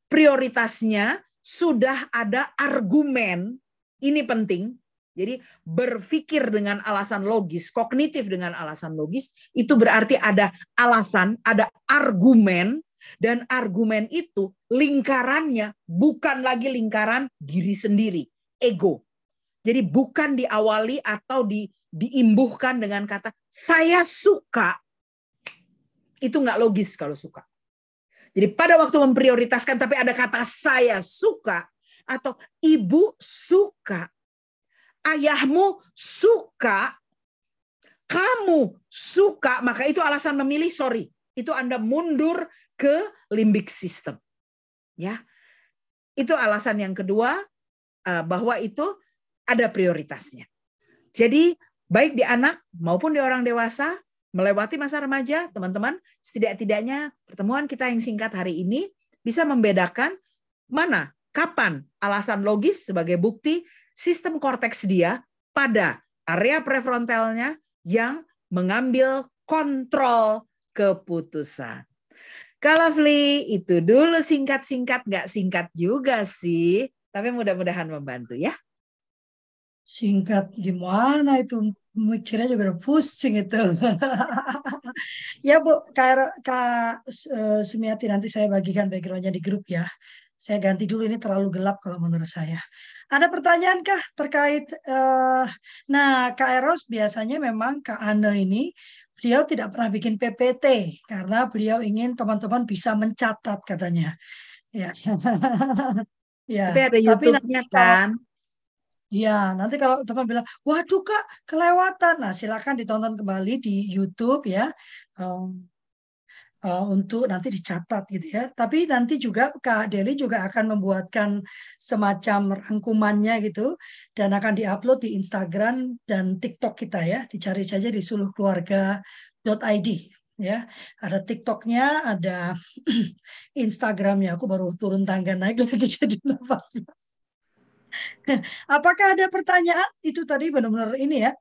prioritasnya sudah ada argumen, ini penting. Jadi berpikir dengan alasan logis, kognitif dengan alasan logis, itu berarti ada alasan, ada argumen, dan argumen itu lingkarannya bukan lagi lingkaran diri sendiri, ego. Jadi bukan diawali atau diimbuhkan dengan kata saya suka. Itu nggak logis kalau suka. Jadi pada waktu memprioritaskan tapi ada kata saya suka atau ibu suka, ayahmu suka, kamu suka, maka itu alasan memilih, sorry. Itu Anda mundur ke limbic system. Ya. Itu alasan yang kedua, bahwa itu ada prioritasnya. Jadi baik di anak maupun di orang dewasa, melewati masa remaja, teman-teman, setidak-tidaknya pertemuan kita yang singkat hari ini bisa membedakan mana, kapan alasan logis sebagai bukti sistem korteks dia pada area prefrontalnya yang mengambil kontrol keputusan. Kak Lovely, itu dulu singkat-singkat, nggak singkat juga sih, tapi mudah-mudahan membantu ya. Singkat gimana itu? Mikirnya juga udah pusing itu. Ya Bu, Kak Sumiati, nanti saya bagikan background-nya di grup ya. Saya ganti dulu, ini terlalu gelap kalau menurut saya. Ada pertanyaan kah terkait, nah Kak Eros biasanya memang Kak Ane ini, beliau tidak pernah bikin PPT karena beliau ingin teman-teman bisa mencatat katanya. Ya. Tapi Ya, ada tapi nanti YouTube-nya kalau kan. ya, nanti kalau teman bilang, waduh Kak, kelewatan. Nah, silakan ditonton kembali di YouTube ya, um, untuk nanti dicatat gitu ya. Tapi nanti juga Kak Deli juga akan membuatkan semacam rangkumannya gitu, dan akan diupload di Instagram dan TikTok kita ya. Dicari saja di suluhkeluarga.id ya. Ada TikToknya, ada Instagramnya. Aku baru turun tangga naik lagi jadi nafas. Apakah ada pertanyaan? Itu tadi benar-benar ini ya.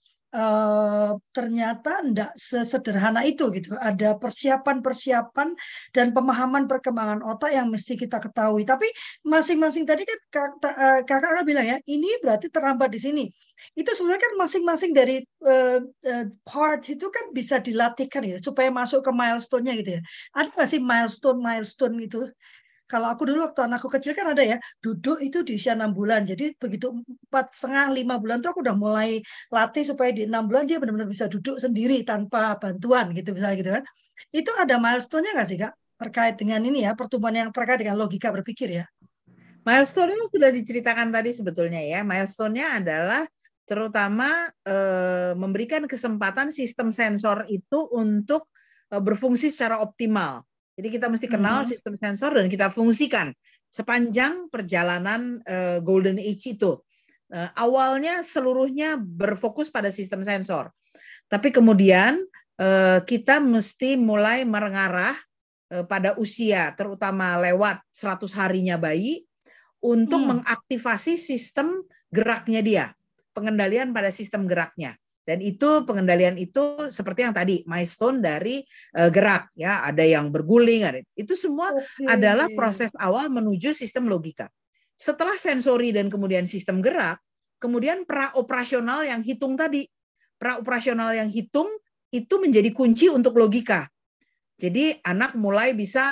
Ternyata tidak sesederhana itu gitu. Ada persiapan-persiapan dan pemahaman perkembangan otak yang mesti kita ketahui. Tapi masing-masing tadi kan kakak bilang ya, ini berarti terlambat di sini. Itu sebenarnya kan masing-masing dari parts itu kan bisa dilatihkan ya supaya masuk ke milestone-nya gitu ya. Ada nggak sih milestone itu? Kalau aku dulu waktu anakku kecil kan ada ya, duduk itu di usia 6 bulan. Jadi begitu 4,5 5 bulan tuh aku udah mulai latih supaya di 6 bulan dia benar-benar bisa duduk sendiri tanpa bantuan gitu misalnya gitu kan. Itu ada milestone-nya nggak sih Kak? Terkait dengan ini ya, pertumbuhan yang terkait dengan logika berpikir ya. Milestone-nya sudah diceritakan tadi sebetulnya ya. Milestone-nya adalah terutama memberikan kesempatan sistem sensor itu untuk berfungsi secara optimal. Jadi kita mesti kenal sistem sensor dan kita fungsikan sepanjang perjalanan Golden Age itu. Awalnya seluruhnya berfokus pada sistem sensor. Tapi kemudian kita mesti mulai mengarah pada usia, terutama lewat 100 harinya bayi, untuk mengaktifasi sistem geraknya dia, pengendalian pada sistem geraknya. Dan itu pengendalian itu seperti yang tadi milestone dari gerak ya, ada yang berguling, ada itu semua adalah proses awal menuju sistem logika. Setelah sensori dan kemudian sistem gerak, kemudian praoperasional yang hitung tadi. Praoperasional yang hitung itu menjadi kunci untuk logika. Jadi anak mulai bisa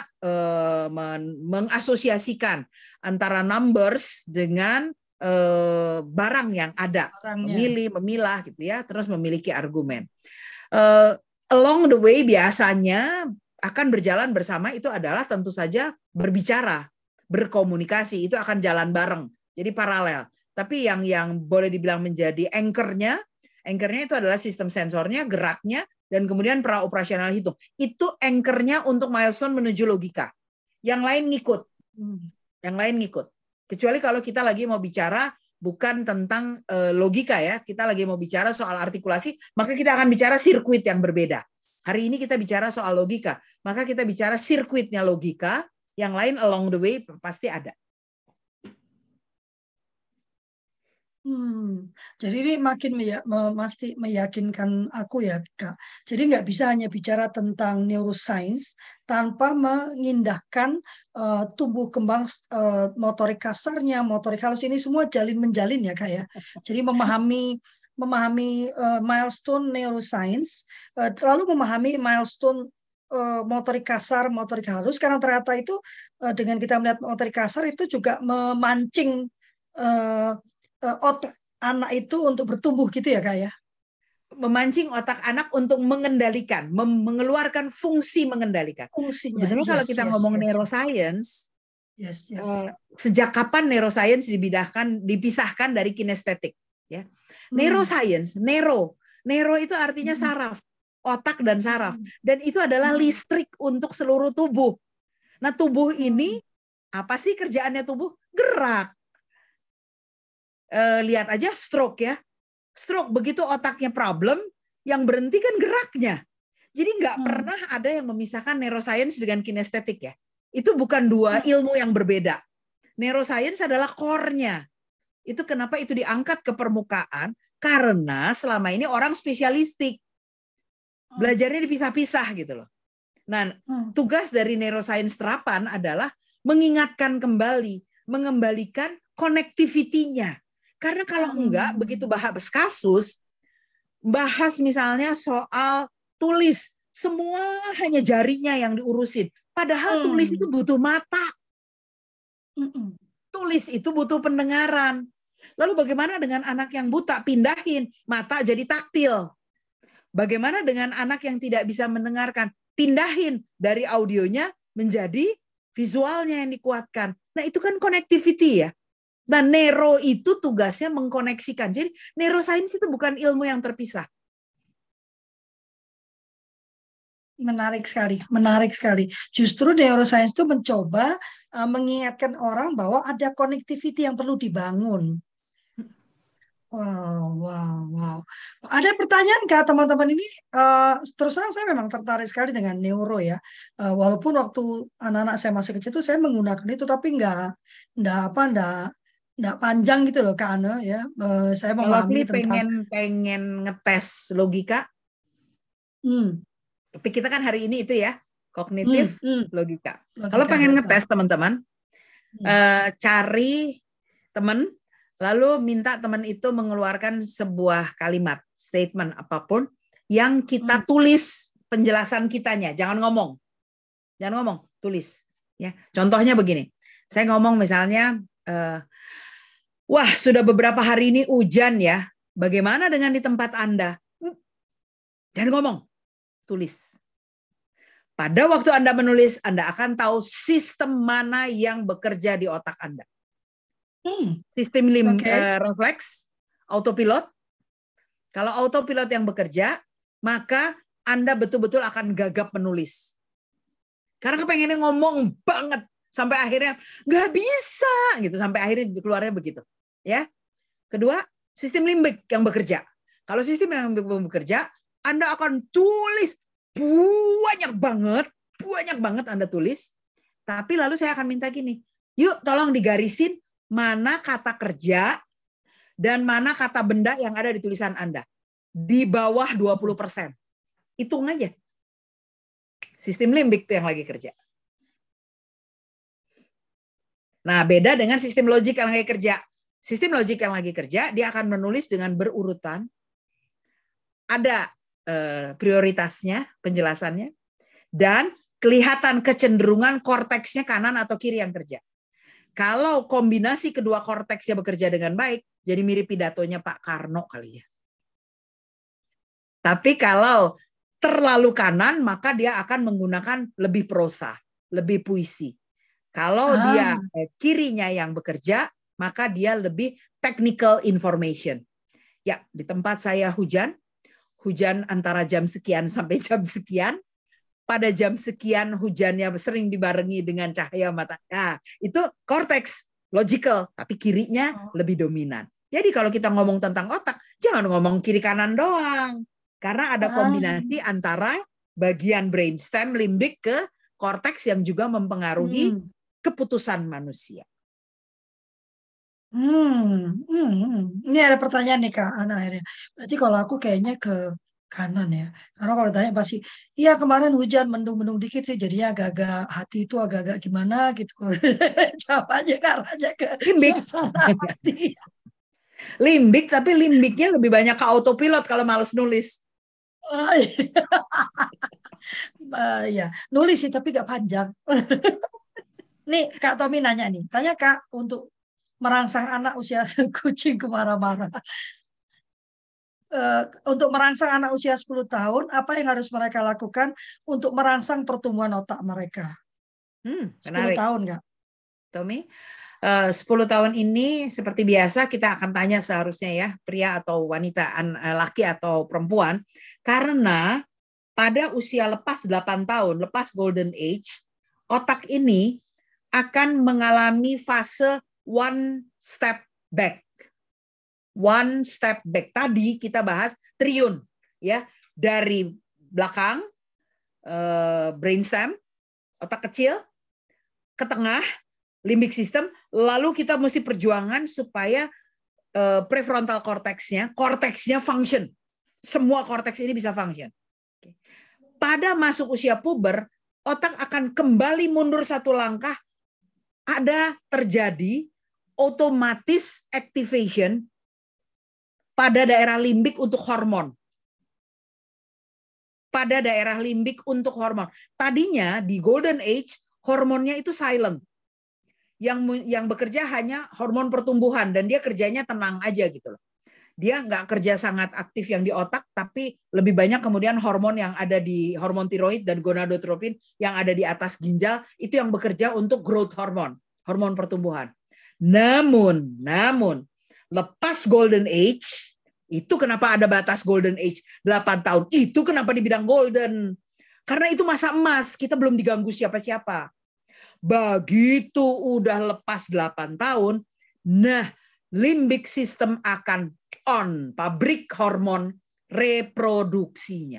mengasosiasikan antara numbers dengan barang yang ada, memilih, memilah gitu ya, terus memiliki argumen. Along the way biasanya akan berjalan bersama itu adalah tentu saja berbicara, berkomunikasi, itu akan jalan bareng, jadi paralel. Tapi yang boleh dibilang menjadi anchor-nya itu adalah sistem sensornya, geraknya, dan kemudian praoperasional hitung. Itu anchor-nya untuk milestone menuju logika. Yang lain ngikut. Yang lain ngikut. Kecuali kalau kita lagi mau bicara bukan tentang logika ya, kita lagi mau bicara soal artikulasi, maka kita akan bicara sirkuit yang berbeda. Hari ini kita bicara soal logika, maka kita bicara sirkuitnya logika, yang lain along the way pasti ada. Jadi ini makin mesti meyakinkan aku ya, Kak. Jadi nggak bisa hanya bicara tentang neuroscience tanpa mengindahkan tumbuh kembang motorik kasarnya, motorik halus ini semua jalin menjalin ya, Kak ya. Jadi memahami milestone neuroscience, lalu memahami milestone motorik kasar, motorik halus, karena ternyata itu dengan kita melihat motorik kasar itu juga memancing otak anak itu untuk bertumbuh gitu ya, Kak ya. Memancing otak anak untuk mengendalikan, mengeluarkan fungsi mengendalikan. Fungsinya. Sebenarnya kalau Yes, kita yes, ngomong yes. neuroscience, Yes, yes. sejak kapan neuroscience dipisahkan dari kinestetik? Ya, neuroscience, nero itu artinya saraf, otak dan saraf, dan itu adalah listrik untuk seluruh tubuh. Nah, tubuh ini apa sih kerjaannya tubuh? Gerak. Lihat aja stroke ya. Stroke begitu otaknya problem, yang berhenti kan geraknya. Jadi nggak pernah ada yang memisahkan neuroscience dengan kinestetik ya. Itu bukan dua ilmu yang berbeda. Neuroscience adalah core-nya. Itu kenapa itu diangkat ke permukaan, karena selama ini orang spesialistik. Belajarnya dipisah-pisah gitu loh. Nah, tugas dari neuroscience terapan adalah mengingatkan kembali, mengembalikan connectivity-nya. Karena kalau enggak, begitu bahas kasus, bahas misalnya soal tulis, semua hanya jarinya yang diurusin. Padahal tulis itu butuh mata. Tulis itu butuh pendengaran. Lalu bagaimana dengan anak yang buta? Pindahin, mata jadi taktil. Bagaimana dengan anak yang tidak bisa mendengarkan? Pindahin dari audionya menjadi visualnya yang dikuatkan. Nah, itu kan connectivity ya. Dan neuro itu tugasnya mengkoneksikan. Jadi neuroscience itu bukan ilmu yang terpisah. Menarik sekali, menarik sekali. Justru neuroscience itu mencoba mengingatkan orang bahwa ada connectivity yang perlu dibangun. Wow, wow, wow. Ada pertanyaan nggak teman-teman ini? Terus terang saya memang tertarik sekali dengan neuro ya. Walaupun waktu anak-anak saya masih kecil itu saya menggunakan itu, tapi nggak panjang gitu loh, Kak Ane ya. Saya Kalau memahami Fili tentang. pengen ngetes logika, tapi kita kan hari ini itu ya kognitif logika. Kalau pengen ngetes teman-teman, cari teman, lalu minta teman itu mengeluarkan sebuah kalimat, statement apapun yang kita tulis penjelasan kitanya. Jangan ngomong, tulis. Ya, contohnya begini. Saya ngomong misalnya, wah sudah beberapa hari ini hujan ya. Bagaimana dengan di tempat Anda? Jangan ngomong, tulis. Pada waktu Anda menulis, Anda akan tahu sistem mana yang bekerja di otak Anda. Sistem refleks, autopilot. Kalau autopilot yang bekerja, maka Anda betul-betul akan gagap menulis. Karena kepengennya ngomong banget sampai akhirnya nggak bisa gitu, sampai akhirnya keluarnya begitu. Ya. Kedua, sistem limbik yang bekerja. Kalau sistem yang bekerja, Anda akan tulis banyak banget Anda tulis. Tapi lalu saya akan minta gini, yuk tolong digarisin mana kata kerja dan mana kata benda yang ada di tulisan Anda. Di bawah 20%. Hitung aja. Sistem limbik itu yang lagi kerja. Nah, beda dengan sistem logik yang lagi kerja. Sistem logik yang lagi kerja, dia akan menulis dengan berurutan. Ada prioritasnya, penjelasannya, dan kelihatan kecenderungan korteksnya kanan atau kiri yang kerja. Kalau kombinasi kedua korteksnya bekerja dengan baik, jadi mirip pidatonya Pak Karno kali ya. Tapi kalau terlalu kanan, maka dia akan menggunakan lebih prosa, lebih puisi. Kalau dia kirinya yang bekerja, maka dia lebih technical information. Ya, di tempat saya hujan antara jam sekian sampai jam sekian. Pada jam sekian hujannya sering dibarengi dengan cahaya mata. Nah, itu korteks, logical, tapi kirinya lebih dominan. Jadi kalau kita ngomong tentang otak, jangan ngomong kiri kanan doang. Karena ada kombinasi antara bagian brainstem, limbik ke korteks yang juga mempengaruhi keputusan manusia. Ini ada pertanyaan nih Kak Ana akhirnya. Berarti kalau aku kayaknya ke kanan ya. Karena kalau tanya pasti, iya kemarin hujan mendung-mendung dikit sih, jadinya agak-agak hati itu agak-agak gimana gitu. Jawabannya arahnya ke Limbik. suasana hati. Limbik, tapi limbiknya lebih banyak ke autopilot kalau males nulis. Oh, iya. Ya, nulis sih tapi gak panjang. Nih Kak Tommy nanya nih, tanya Kak untuk merangsang anak usia kucing marah-marah. Untuk merangsang anak usia 10 tahun, apa yang harus mereka lakukan untuk merangsang pertumbuhan otak mereka? 10 Menarik. tahun, Kak. Tommy, 10 tahun ini seperti biasa kita akan tanya seharusnya ya, pria atau wanita, laki atau perempuan, karena pada usia lepas 8 tahun, lepas golden age, otak ini akan mengalami fase one step back. One step back. Tadi kita bahas triun ya, dari belakang brainstem, otak kecil, ke tengah limbic system, lalu kita mesti perjuangan supaya prefrontal korteksnya function. Semua korteks ini bisa function. Pada masuk usia puber, otak akan kembali mundur satu langkah, ada terjadi otomatis activation pada daerah limbik untuk hormon. Pada daerah limbik untuk hormon. Tadinya di golden age, hormonnya itu silent. Yang bekerja hanya hormon pertumbuhan dan dia kerjanya tenang aja gitu loh. Dia nggak kerja sangat aktif yang di otak, tapi lebih banyak kemudian hormon yang ada di hormon tiroid dan gonadotropin yang ada di atas ginjal itu yang bekerja untuk growth hormone, hormon pertumbuhan. Namun lepas golden age, itu kenapa ada batas golden age 8 tahun? Itu kenapa dibilang golden? Karena itu masa emas, kita belum diganggu siapa-siapa. Begitu udah lepas 8 tahun, nah limbic system akan on, pabrik hormon reproduksinya.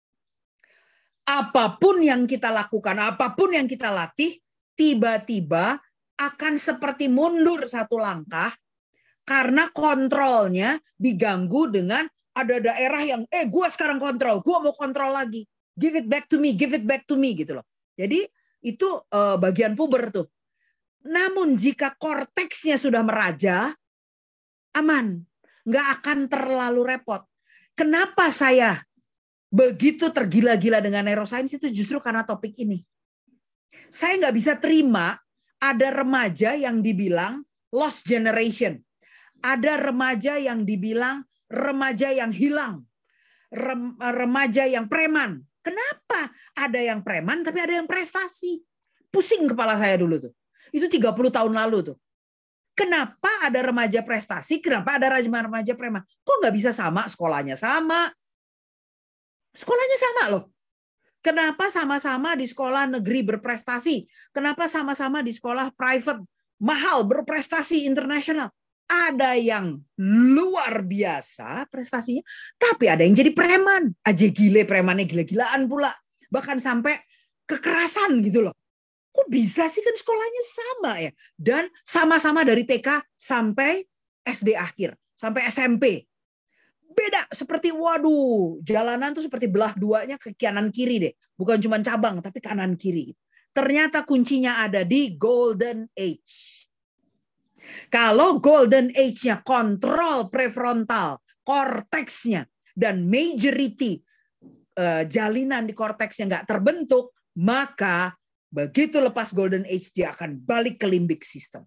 Apapun yang kita lakukan, apapun yang kita latih, tiba-tiba akan seperti mundur satu langkah karena kontrolnya diganggu dengan ada daerah yang, gue sekarang kontrol, gue mau kontrol lagi. Give it back to me gitu loh. Jadi itu bagian puber tuh. Namun jika korteksnya sudah meraja, aman. Nggak akan terlalu repot. Kenapa saya begitu tergila-gila dengan neuroscience itu justru karena topik ini. Saya nggak bisa terima ada remaja yang dibilang lost generation. Ada remaja yang dibilang remaja yang hilang. Remaja yang preman. Kenapa ada yang preman tapi ada yang prestasi? Pusing kepala saya dulu tuh. Itu 30 tahun lalu tuh. Kenapa ada remaja prestasi? Kenapa ada remaja preman? Kok nggak bisa sama? Sekolahnya sama. Sekolahnya sama loh. Kenapa sama-sama di sekolah negeri berprestasi? Kenapa sama-sama di sekolah private mahal berprestasi internasional? Ada yang luar biasa prestasinya, tapi ada yang jadi preman. Aja gile, premannya gila-gilaan pula. Bahkan sampai kekerasan gitu loh. Kok bisa sih, kan sekolahnya sama ya? Dan sama-sama dari TK sampai SD akhir, sampai SMP. Beda, seperti waduh, jalanan tuh seperti belah duanya ke kanan kiri deh. Bukan cuma cabang, tapi kanan kiri. Ternyata kuncinya ada di golden age. Kalau golden age-nya kontrol prefrontal, korteksnya, dan majority jalinan di korteksnya nggak terbentuk, maka begitu lepas golden age dia akan balik ke limbic system.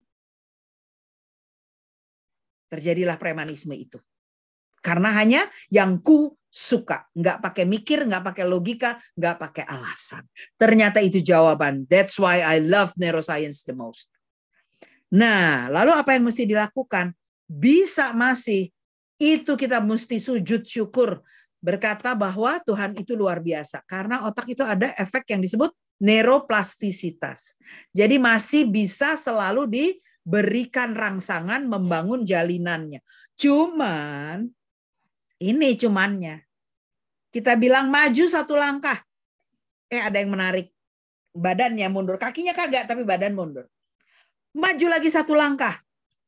Terjadilah premanisme itu. Karena hanya yang ku suka. Nggak pakai mikir, nggak pakai logika, nggak pakai alasan. Ternyata itu jawaban. That's why I love neuroscience the most. Nah, lalu apa yang mesti dilakukan? Bisa masih. Itu kita mesti sujud syukur. Berkata bahwa Tuhan itu luar biasa. Karena otak itu ada efek yang disebut neuroplastisitas. Jadi masih bisa selalu diberikan rangsangan membangun jalinannya. Cuman, ini cumannya. Kita bilang maju satu langkah. Ada yang menarik. Badannya mundur. Kakinya kagak, tapi badan mundur. Maju lagi satu langkah.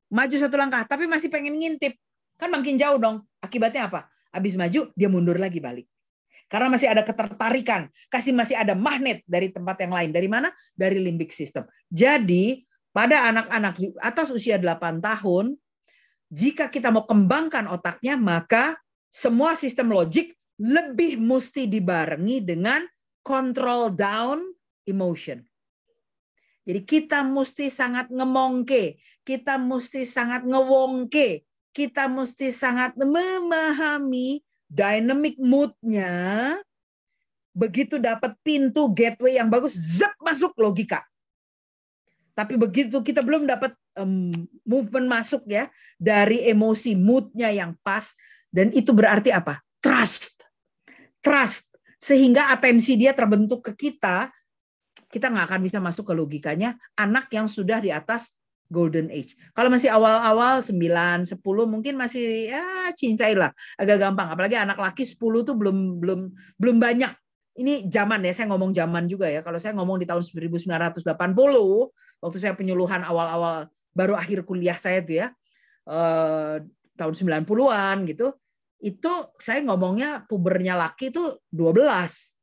maju satu langkah, tapi masih pengen ngintip. Kan makin jauh dong. Akibatnya apa? Habis maju, dia mundur lagi balik. Karena masih ada ketertarikan, masih ada magnet dari tempat yang lain. Dari mana? Dari limbic system. Jadi, pada anak-anak di atas usia 8 tahun, jika kita mau kembangkan otaknya, maka semua sistem logik lebih mesti dibarengi dengan control down emotion. Jadi kita mesti sangat ngemongke, kita mesti sangat ngewongke, kita mesti sangat memahami dynamic mood-nya. Begitu dapat pintu gateway yang bagus, zap masuk logika. Tapi begitu kita belum dapat movement masuk ya dari emosi mood-nya yang pas, dan itu berarti apa? Trust. Sehingga atensi dia terbentuk ke kita nggak akan bisa masuk ke logikanya anak yang sudah di atas golden age. Kalau masih awal-awal 9, 10 mungkin masih ya cincai lah, agak gampang. Apalagi anak laki 10 tuh belum banyak. Ini zaman ya, saya ngomong zaman juga ya. Kalau saya ngomong di tahun 1980, waktu saya penyuluhan awal-awal baru akhir kuliah saya tuh ya, tahun 90-an gitu, itu saya ngomongnya pubernya laki itu 12.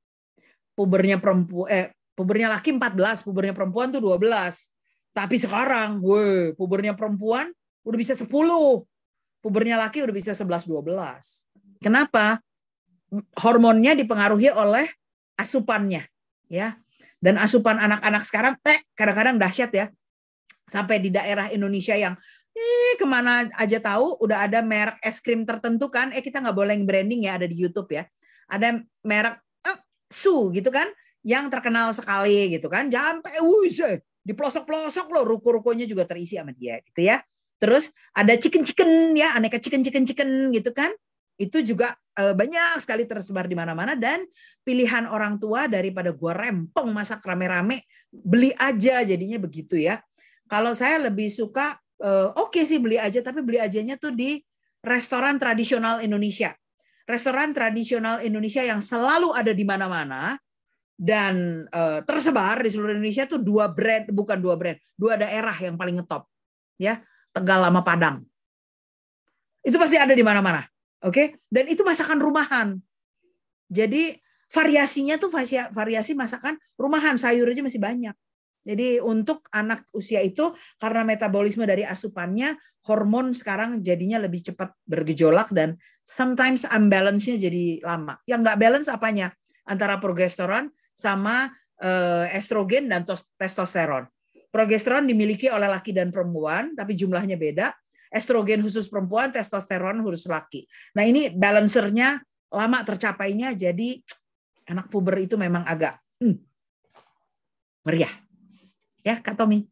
Pubernya laki 14, pubernya perempuan tuh 12. Tapi sekarang, pubernya perempuan udah bisa 10. Pubernya laki udah bisa 11, 12. Kenapa? Hormonnya dipengaruhi oleh asupannya, ya. Dan asupan anak-anak sekarang kadang-kadang dahsyat ya. Sampai di daerah Indonesia yang kemana aja tahu udah ada merek es krim tertentu kan. Kita nggak boleh branding ya, ada di YouTube ya. Ada merek Su gitu kan, yang terkenal sekali gitu kan. Sampai di pelosok-pelosok loh, ruko-rukonya juga terisi sama dia gitu ya. Terus ada chicken ya, aneka chicken gitu kan. Itu juga banyak sekali tersebar di mana-mana, dan pilihan orang tua daripada gua rempong masak rame-rame, beli aja jadinya begitu ya. Kalau saya lebih suka oke sih beli aja, tapi beli ajanya tuh di restoran tradisional Indonesia. Restoran tradisional Indonesia yang selalu ada di mana-mana dan tersebar di seluruh Indonesia tuh dua daerah yang paling ngetop ya, Tegal sama Padang. Itu pasti ada di mana-mana. Oke, dan itu masakan rumahan. Jadi variasinya tuh variasi masakan rumahan, sayur aja masih banyak. Jadi untuk anak usia itu, karena metabolisme dari asupannya, hormon sekarang jadinya lebih cepat bergejolak dan sometimes unbalance-nya jadi lama. Yang nggak balance apanya? Antara progesteron sama estrogen dan testosteron. Progesteron dimiliki oleh laki dan perempuan, tapi jumlahnya beda. Estrogen khusus perempuan, testosteron khusus laki. Nah ini balancernya lama tercapainya, jadi anak puber itu memang agak meriah. Ya, Kak Tommy.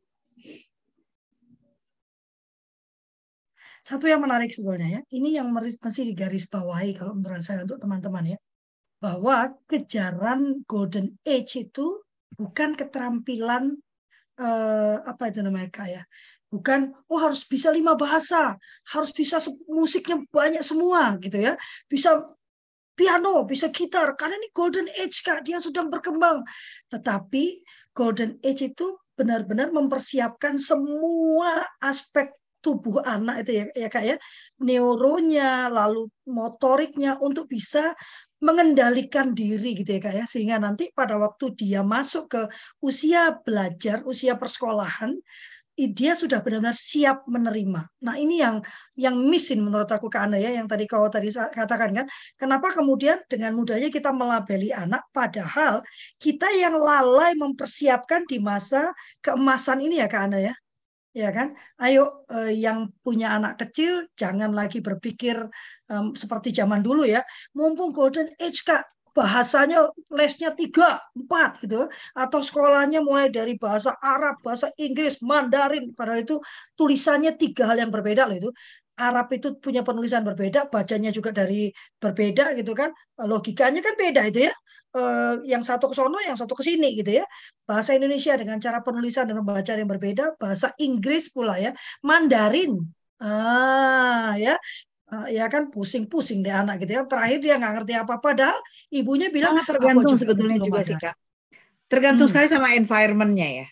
Satu yang menarik sebenarnya ya, ini yang mesti digarisbawahi kalau menurut saya untuk teman-teman ya, bahwa kejaran golden age itu bukan keterampilan apa itu namanya Kak ya, bukan harus bisa 5 bahasa, harus bisa musiknya banyak semua gitu ya, bisa piano, bisa gitar, karena ini golden age Kak, dia sedang berkembang. Tetapi golden age itu benar-benar mempersiapkan semua aspek tubuh anak itu ya Kak ya, neuronya, lalu motoriknya untuk bisa mengendalikan diri gitu ya Kak ya, sehingga nanti pada waktu dia masuk ke usia belajar, usia persekolahan, dia sudah benar-benar siap menerima. Nah ini yang missin menurut aku Kak Ana ya, yang tadi kau katakan kan, kenapa kemudian dengan mudahnya kita melabeli anak, padahal kita yang lalai mempersiapkan di masa keemasan ini ya Kak Ana ya. Ya kan, ayo yang punya anak kecil jangan lagi berpikir seperti zaman dulu ya, mumpung golden age Kak, bahasanya lesnya 3, 4 gitu, atau sekolahnya mulai dari bahasa Arab, bahasa Inggris, Mandarin, padahal itu tulisannya 3 hal yang berbeda loh itu. Arab itu punya penulisan berbeda, bacanya juga dari berbeda gitu kan, logikanya kan beda itu ya, yang satu ke sono, yang satu ke sini gitu ya. Bahasa Indonesia dengan cara penulisan dan pembacaan yang berbeda, bahasa Inggris pula ya, Mandarin, ya, ya kan pusing-pusing deh anak gitu ya. Terakhir dia nggak ngerti apa-apa, padahal ibunya bilang, Sangat aku tergantung juga ngerti sebetulnya loh juga sih Mandarin. Kak. Tergantung sekali sama environment-nya ya.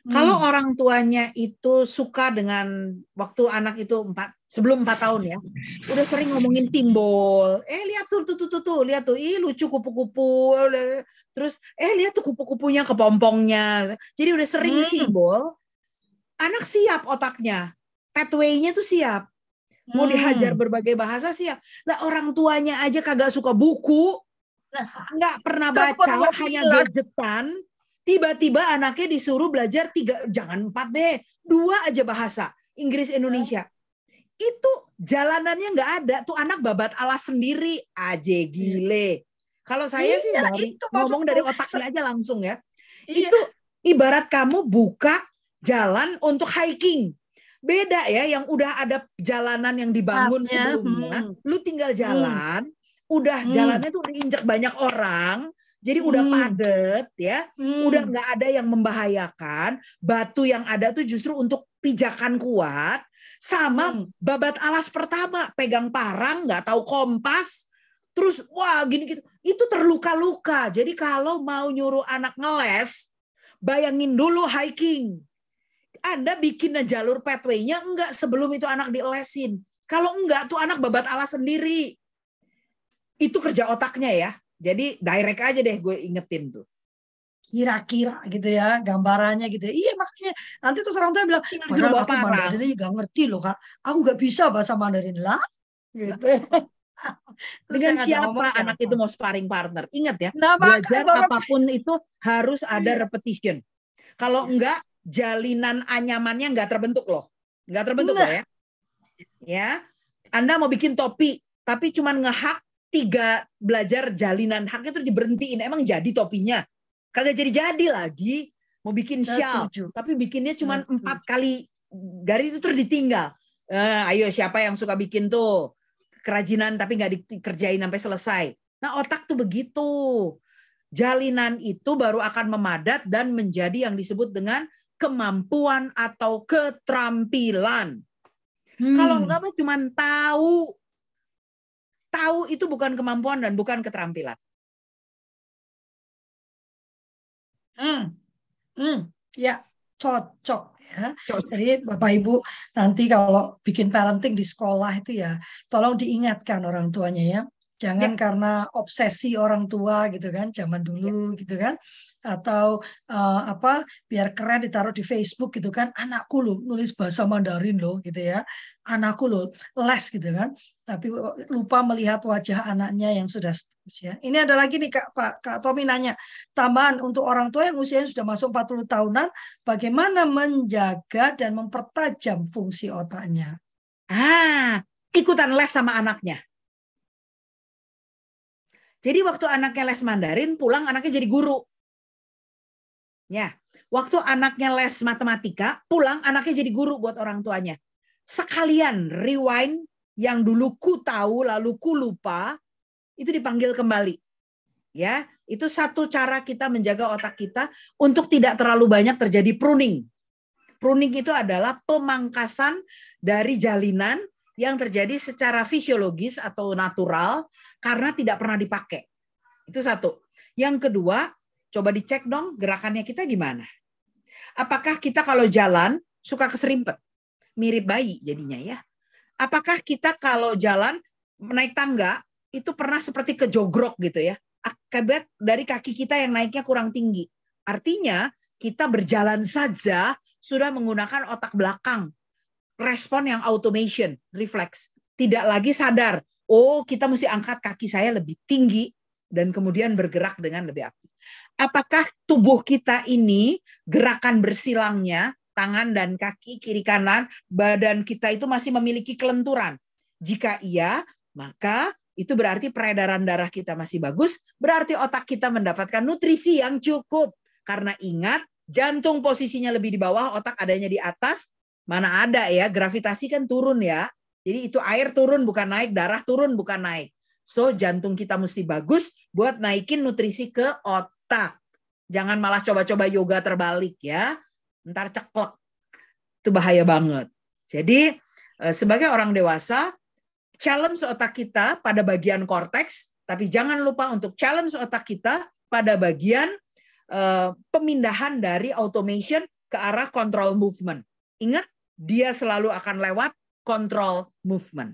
Kalau orang tuanya itu suka dengan waktu anak itu sebelum 4 tahun ya, udah sering ngomongin simbol. Lihat tuh, lihat tuh, ih lucu kupu-kupu. Terus lihat tuh kupu-kupunya kepompongnya. Jadi udah sering simbol, anak siap otaknya. Pathway-nya tuh siap. Mau dihajar berbagai bahasa siap. Lah orang tuanya aja kagak suka buku, nggak pernah baca, hanya gadgetan. Tiba-tiba anaknya disuruh belajar 3, jangan 4 deh, 2 aja bahasa, Inggris Indonesia. Itu jalanannya nggak ada, tuh anak babat alas sendiri, aja gile. Kalau saya sih ngomong dari otaknya aja langsung ya. Itu ibarat kamu buka jalan untuk hiking. Beda ya, yang udah ada jalanan yang dibangun sebelumnya, lu tinggal jalan, udah jalannya tuh diinjak banyak orang, jadi udah padet ya, udah nggak ada yang membahayakan, batu yang ada tuh justru untuk pijakan kuat, sama babat alas pertama, pegang parang, nggak tahu kompas, terus wah gini gitu, itu terluka-luka. Jadi kalau mau nyuruh anak ngeles, bayangin dulu hiking. Anda bikin jalur pathway-nya enggak sebelum itu anak dilesin. Kalau enggak tuh anak babat alas sendiri. Itu kerja otaknya ya. Jadi direct aja deh gue ingetin tuh. Kira-kira gitu ya gambarannya gitu. Iya makanya nanti tuh orang tua bilang, padahal aku Mandarin juga ngerti loh Kak. Aku nggak bisa bahasa Mandarin lah. Gitu. Dengan siapa anak itu mau sparring partner? Ingat ya, belajar apapun itu harus ada repetition. Kalau enggak, jalinan anyamannya nggak terbentuk loh. Nggak terbentuk loh ya. Ya, Anda mau bikin topi, tapi cuma ngehak 3 belajar jalinan haknya terus diberhentiin. Emang jadi topinya? Kagak jadi-jadi lagi. Mau bikin shawl, tapi bikinnya cuma 4 kali garis itu terus ditinggal. Ayo siapa yang suka bikin tuh kerajinan tapi nggak dikerjain sampai selesai. Nah otak tuh begitu. Jalinan itu baru akan memadat dan menjadi yang disebut dengan kemampuan atau keterampilan. Kalau enggak mah cuma tahu. Tahu itu bukan kemampuan dan bukan keterampilan. Ya, cocok ya. Jadi Bapak Ibu nanti kalau bikin parenting di sekolah itu ya, tolong diingatkan orang tuanya ya. Jangan karena obsesi orang tua gitu kan, zaman dulu gitu kan, atau biar keren ditaruh di Facebook gitu kan, anakku loh nulis bahasa Mandarin loh gitu ya, anakku loh les gitu kan, tapi lupa melihat wajah anaknya yang sudah ya. Ini ada lagi nih Kak Tommy nanya, tambahan untuk orang tua yang usianya sudah masuk 40 tahunan, bagaimana menjaga dan mempertajam fungsi otaknya? Ikutan les sama anaknya. Jadi waktu anaknya les Mandarin, pulang anaknya jadi guru. Ya, waktu anaknya les matematika, pulang anaknya jadi guru buat orang tuanya. Sekalian rewind yang dulu ku tahu lalu ku lupa, itu dipanggil kembali. Ya, itu satu cara kita menjaga otak kita untuk tidak terlalu banyak terjadi pruning. Pruning itu adalah pemangkasan dari jalinan yang terjadi secara fisiologis atau natural karena tidak pernah dipakai. Itu satu. Yang kedua, coba dicek dong gerakannya kita gimana. Apakah kita kalau jalan suka keserimpet? Mirip bayi jadinya ya. Apakah kita kalau jalan naik tangga itu pernah seperti kejogrok gitu ya? Akibat dari kaki kita yang naiknya kurang tinggi. Artinya kita berjalan saja sudah menggunakan otak belakang. Respon yang automation, refleks. Tidak lagi sadar, oh kita mesti angkat kaki saya lebih tinggi dan kemudian bergerak dengan lebih aktif. Apakah tubuh kita ini gerakan bersilangnya, tangan dan kaki, kiri kanan, badan kita itu masih memiliki kelenturan? Jika iya, maka itu berarti peredaran darah kita masih bagus, berarti otak kita mendapatkan nutrisi yang cukup. Karena ingat, jantung posisinya lebih di bawah, otak adanya di atas. Mana ada ya, gravitasi kan turun ya. Jadi itu air turun bukan naik, darah turun bukan naik. So jantung kita mesti bagus buat naikin nutrisi ke otak. Jangan malah coba-coba yoga terbalik ya. Ntar ceklek. Itu bahaya banget. Jadi sebagai orang dewasa, challenge otak kita pada bagian korteks, tapi jangan lupa untuk challenge otak kita pada bagian pemindahan dari automation ke arah control movement. Ingat, dia selalu akan lewat control movement.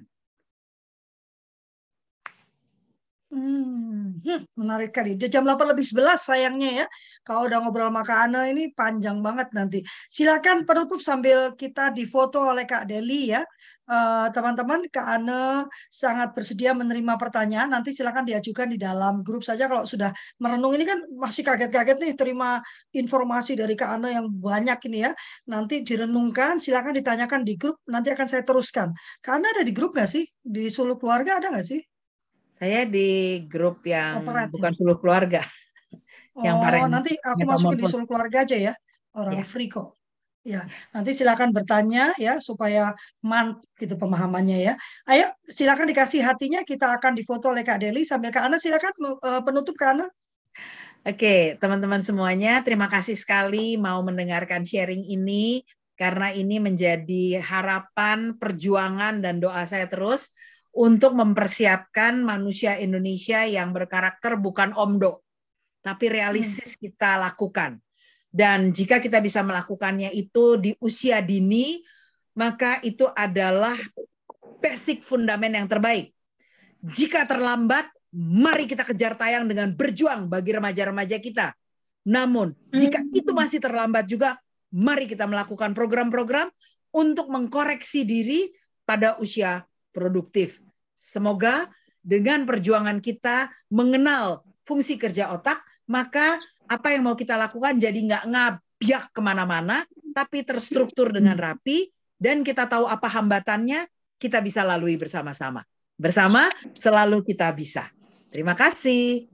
Menarik kali. Dia jam 8:11 sayangnya ya. Kalau udah ngobrol sama Kak Ane ini panjang banget nanti. Silakan penutup sambil kita difoto oleh Kak Deli ya. Teman-teman, Kak Ane sangat bersedia menerima pertanyaan. Nanti silakan diajukan di dalam grup saja kalau sudah merenung. Ini kan masih kaget-kaget nih terima informasi dari Kak Ane yang banyak ini ya. Nanti direnungkan, silakan ditanyakan di grup. Nanti akan saya teruskan. Kak Ane ada di grup nggak sih? Di Suluh Keluarga ada nggak sih? Saya di grup yang Operat bukan ya? Suluh Keluarga, yang Oh, nanti aku masukin di metamorfos. Suluh Keluarga aja ya. Orang Ya. free kok. Ya, nanti silakan bertanya ya supaya mantap gitu pemahamannya ya. Ayo, silakan dikasih hatinya. Kita akan difoto oleh Kak Deli sambil Kak Ana silakan penutup Kak Ana. Oke, teman-teman semuanya, terima kasih sekali mau mendengarkan sharing ini karena ini menjadi harapan, perjuangan dan doa saya terus untuk mempersiapkan manusia Indonesia yang berkarakter bukan omdo, tapi realistis kita lakukan. Dan jika kita bisa melakukannya itu di usia dini, maka itu adalah basic fundament yang terbaik. Jika terlambat, mari kita kejar tayang dengan berjuang bagi remaja-remaja kita. Namun, jika itu masih terlambat juga, mari kita melakukan program-program untuk mengkoreksi diri pada usia produktif. Semoga dengan perjuangan kita mengenal fungsi kerja otak, maka apa yang mau kita lakukan jadi nggak ngabiak kemana-mana, tapi terstruktur dengan rapi, dan kita tahu apa hambatannya, kita bisa lalui bersama-sama. Bersama selalu kita bisa. Terima kasih.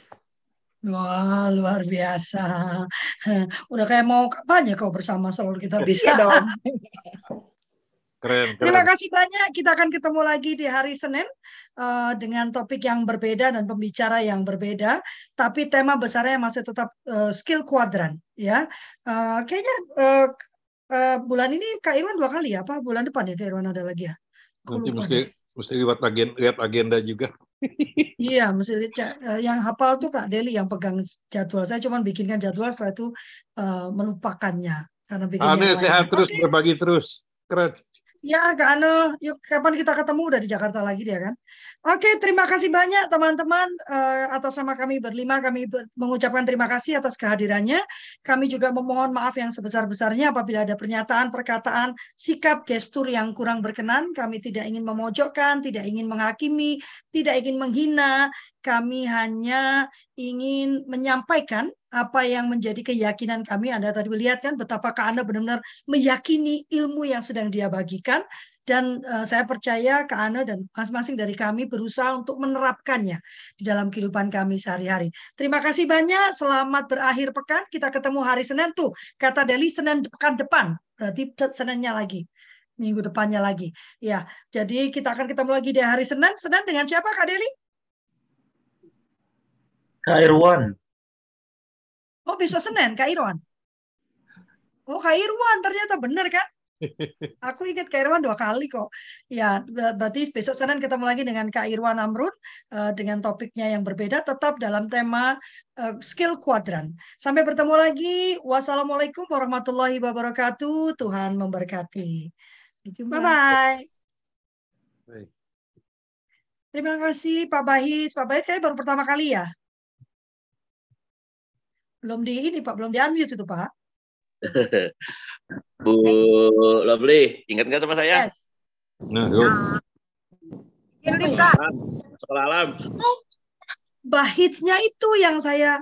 Wah, luar biasa. Udah kayak mau kampanye kau bersama selalu kita bisa. Iya dong. Keren, Terima keren. kasih banyak. Kita akan ketemu lagi di hari Senin dengan topik yang berbeda dan pembicara yang berbeda. Tapi tema besarnya masih tetap skill kuadran. Ya, kayaknya bulan ini Kak Irwan 2 kali ya? Apa bulan depan ya Kak Irwan ada lagi ya? Aku Nanti lupa deh. mesti lihat agenda juga. Iya, mesti yang hafal tuh Kak Deli yang pegang jadwal. Saya cuma bikinkan jadwal, setelah itu melupakannya karena bikin yang Aneh lainnya. sehat terus, Oke. berbagi terus. Keren. Ya, Kak Ane, yuk kapan kita ketemu udah di Jakarta lagi dia kan. Oke, terima kasih banyak teman-teman atas nama kami berlima kami mengucapkan terima kasih atas kehadirannya. Kami juga memohon maaf yang sebesar-besarnya apabila ada pernyataan, perkataan, sikap, gestur yang kurang berkenan. Kami tidak ingin memojokkan, tidak ingin menghakimi, tidak ingin menghina. Kami hanya ingin menyampaikan apa yang menjadi keyakinan kami. Anda tadi melihat kan betapa Kak Anda benar-benar meyakini ilmu yang sedang dia bagikan. Dan saya percaya Kak Ane dan masing-masing dari kami berusaha untuk menerapkannya di dalam kehidupan kami sehari-hari. Terima kasih banyak. Selamat berakhir pekan. Kita ketemu hari Senin tuh. Kata Deli Senin pekan depan. Berarti Seninnya lagi. Minggu depannya lagi. Ya, jadi kita akan ketemu lagi di hari Senin. Senin dengan siapa Kak Deli? Kak Irwan. Oh, besok Senin Kak Irwan. Oh, Kak Irwan ternyata benar kan? Aku ingat Kak Irwan 2 kali kok. Ya, berarti besok Senin ketemu lagi dengan Kak Irwan Amrun dengan topiknya yang berbeda, tetap dalam tema skill kuadran. Sampai bertemu lagi. Wassalamualaikum warahmatullahi wabarakatuh. Tuhan memberkati. Bye-bye. Terima kasih Pak Bahis. Pak Bahis kayaknya baru pertama kali ya? Belum di ini Pak, belum di unmute itu Pak. Bu Lovely, ingat nggak sama saya? Yes. Nah, yuk. Sekolah alam. Oh, Bahitsnya itu yang saya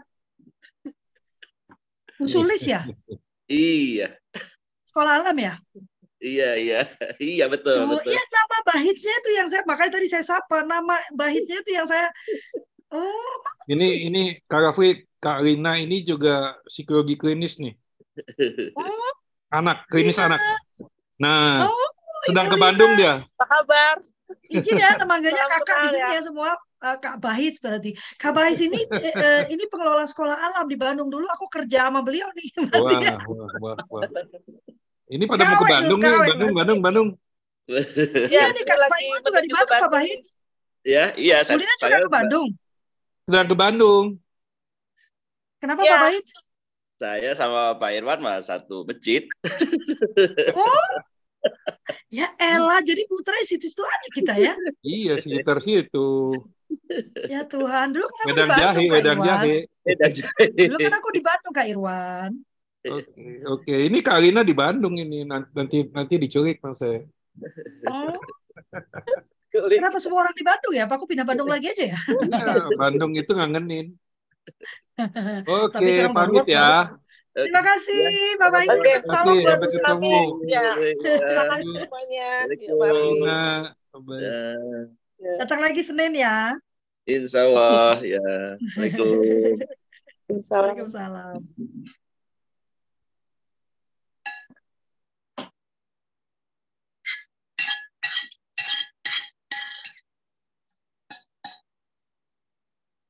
usulis ya? Iya. Sekolah alam ya? Iya betul. Tuh, betul. iya nama Bahitsnya itu yang saya, makanya tadi saya sapa nama Bahitsnya itu yang saya. Oh, Ini Kak Raffi, Kak Rina ini juga psikologi klinis nih. oh, Anak, klinis iya. anak. Nah, Oh, sedang Ibu ke Bandung Rina. dia. Apa kabar? Izin ya temangganya Salam kakak di kenal sini ya. ya semua. Kak Bahits berarti. Kak Bahits ini pengelola sekolah alam di Bandung, dulu aku kerja sama beliau nih. Berarti ya. Wah. Ini pada mau ke Kawin Bandung tuh, nih, kawin berarti. Bandung. Iya nih ini Kak Pak lagi Iwan juga di menuju ke Bandung Pak Bandung. Bahits. Iya. Bu Rina juga ke Bandung. Sedang ke Bandung. Kenapa Ya. Pak Bahits? Saya sama Pak Irwan mah satu masjid. Oh, ya elah, jadi putranya situ-situ aja kita ya. Iya, sekitar situ. Ya Tuhan, dulu kan aku di Wedang Bandung, jahe, Kak wedang Irwan. jahe. Dulu kan aku di Bandung, Kak Irwan. Oke. Ini Kak Rina di Bandung ini. Nanti diculik mas saya. Oh, kenapa semua orang di Bandung ya? Apa aku pindah Bandung lagi aja ya? Iya, Bandung itu ngangenin. Tapi Oke, sekarang baru pamit ya. bagus. Terima kasih, Bapak Ibu. Oke, Salam buat sampai Muslim. ketemu. Ya, terima Ya. kasih semuanya. Ya, Pak Kak Ardi. Rina. Bye. Ya. Ya. Datang lagi Senin ya. Insya Allah ya. Assalamualaikum. Salam. Waalaikumsalam.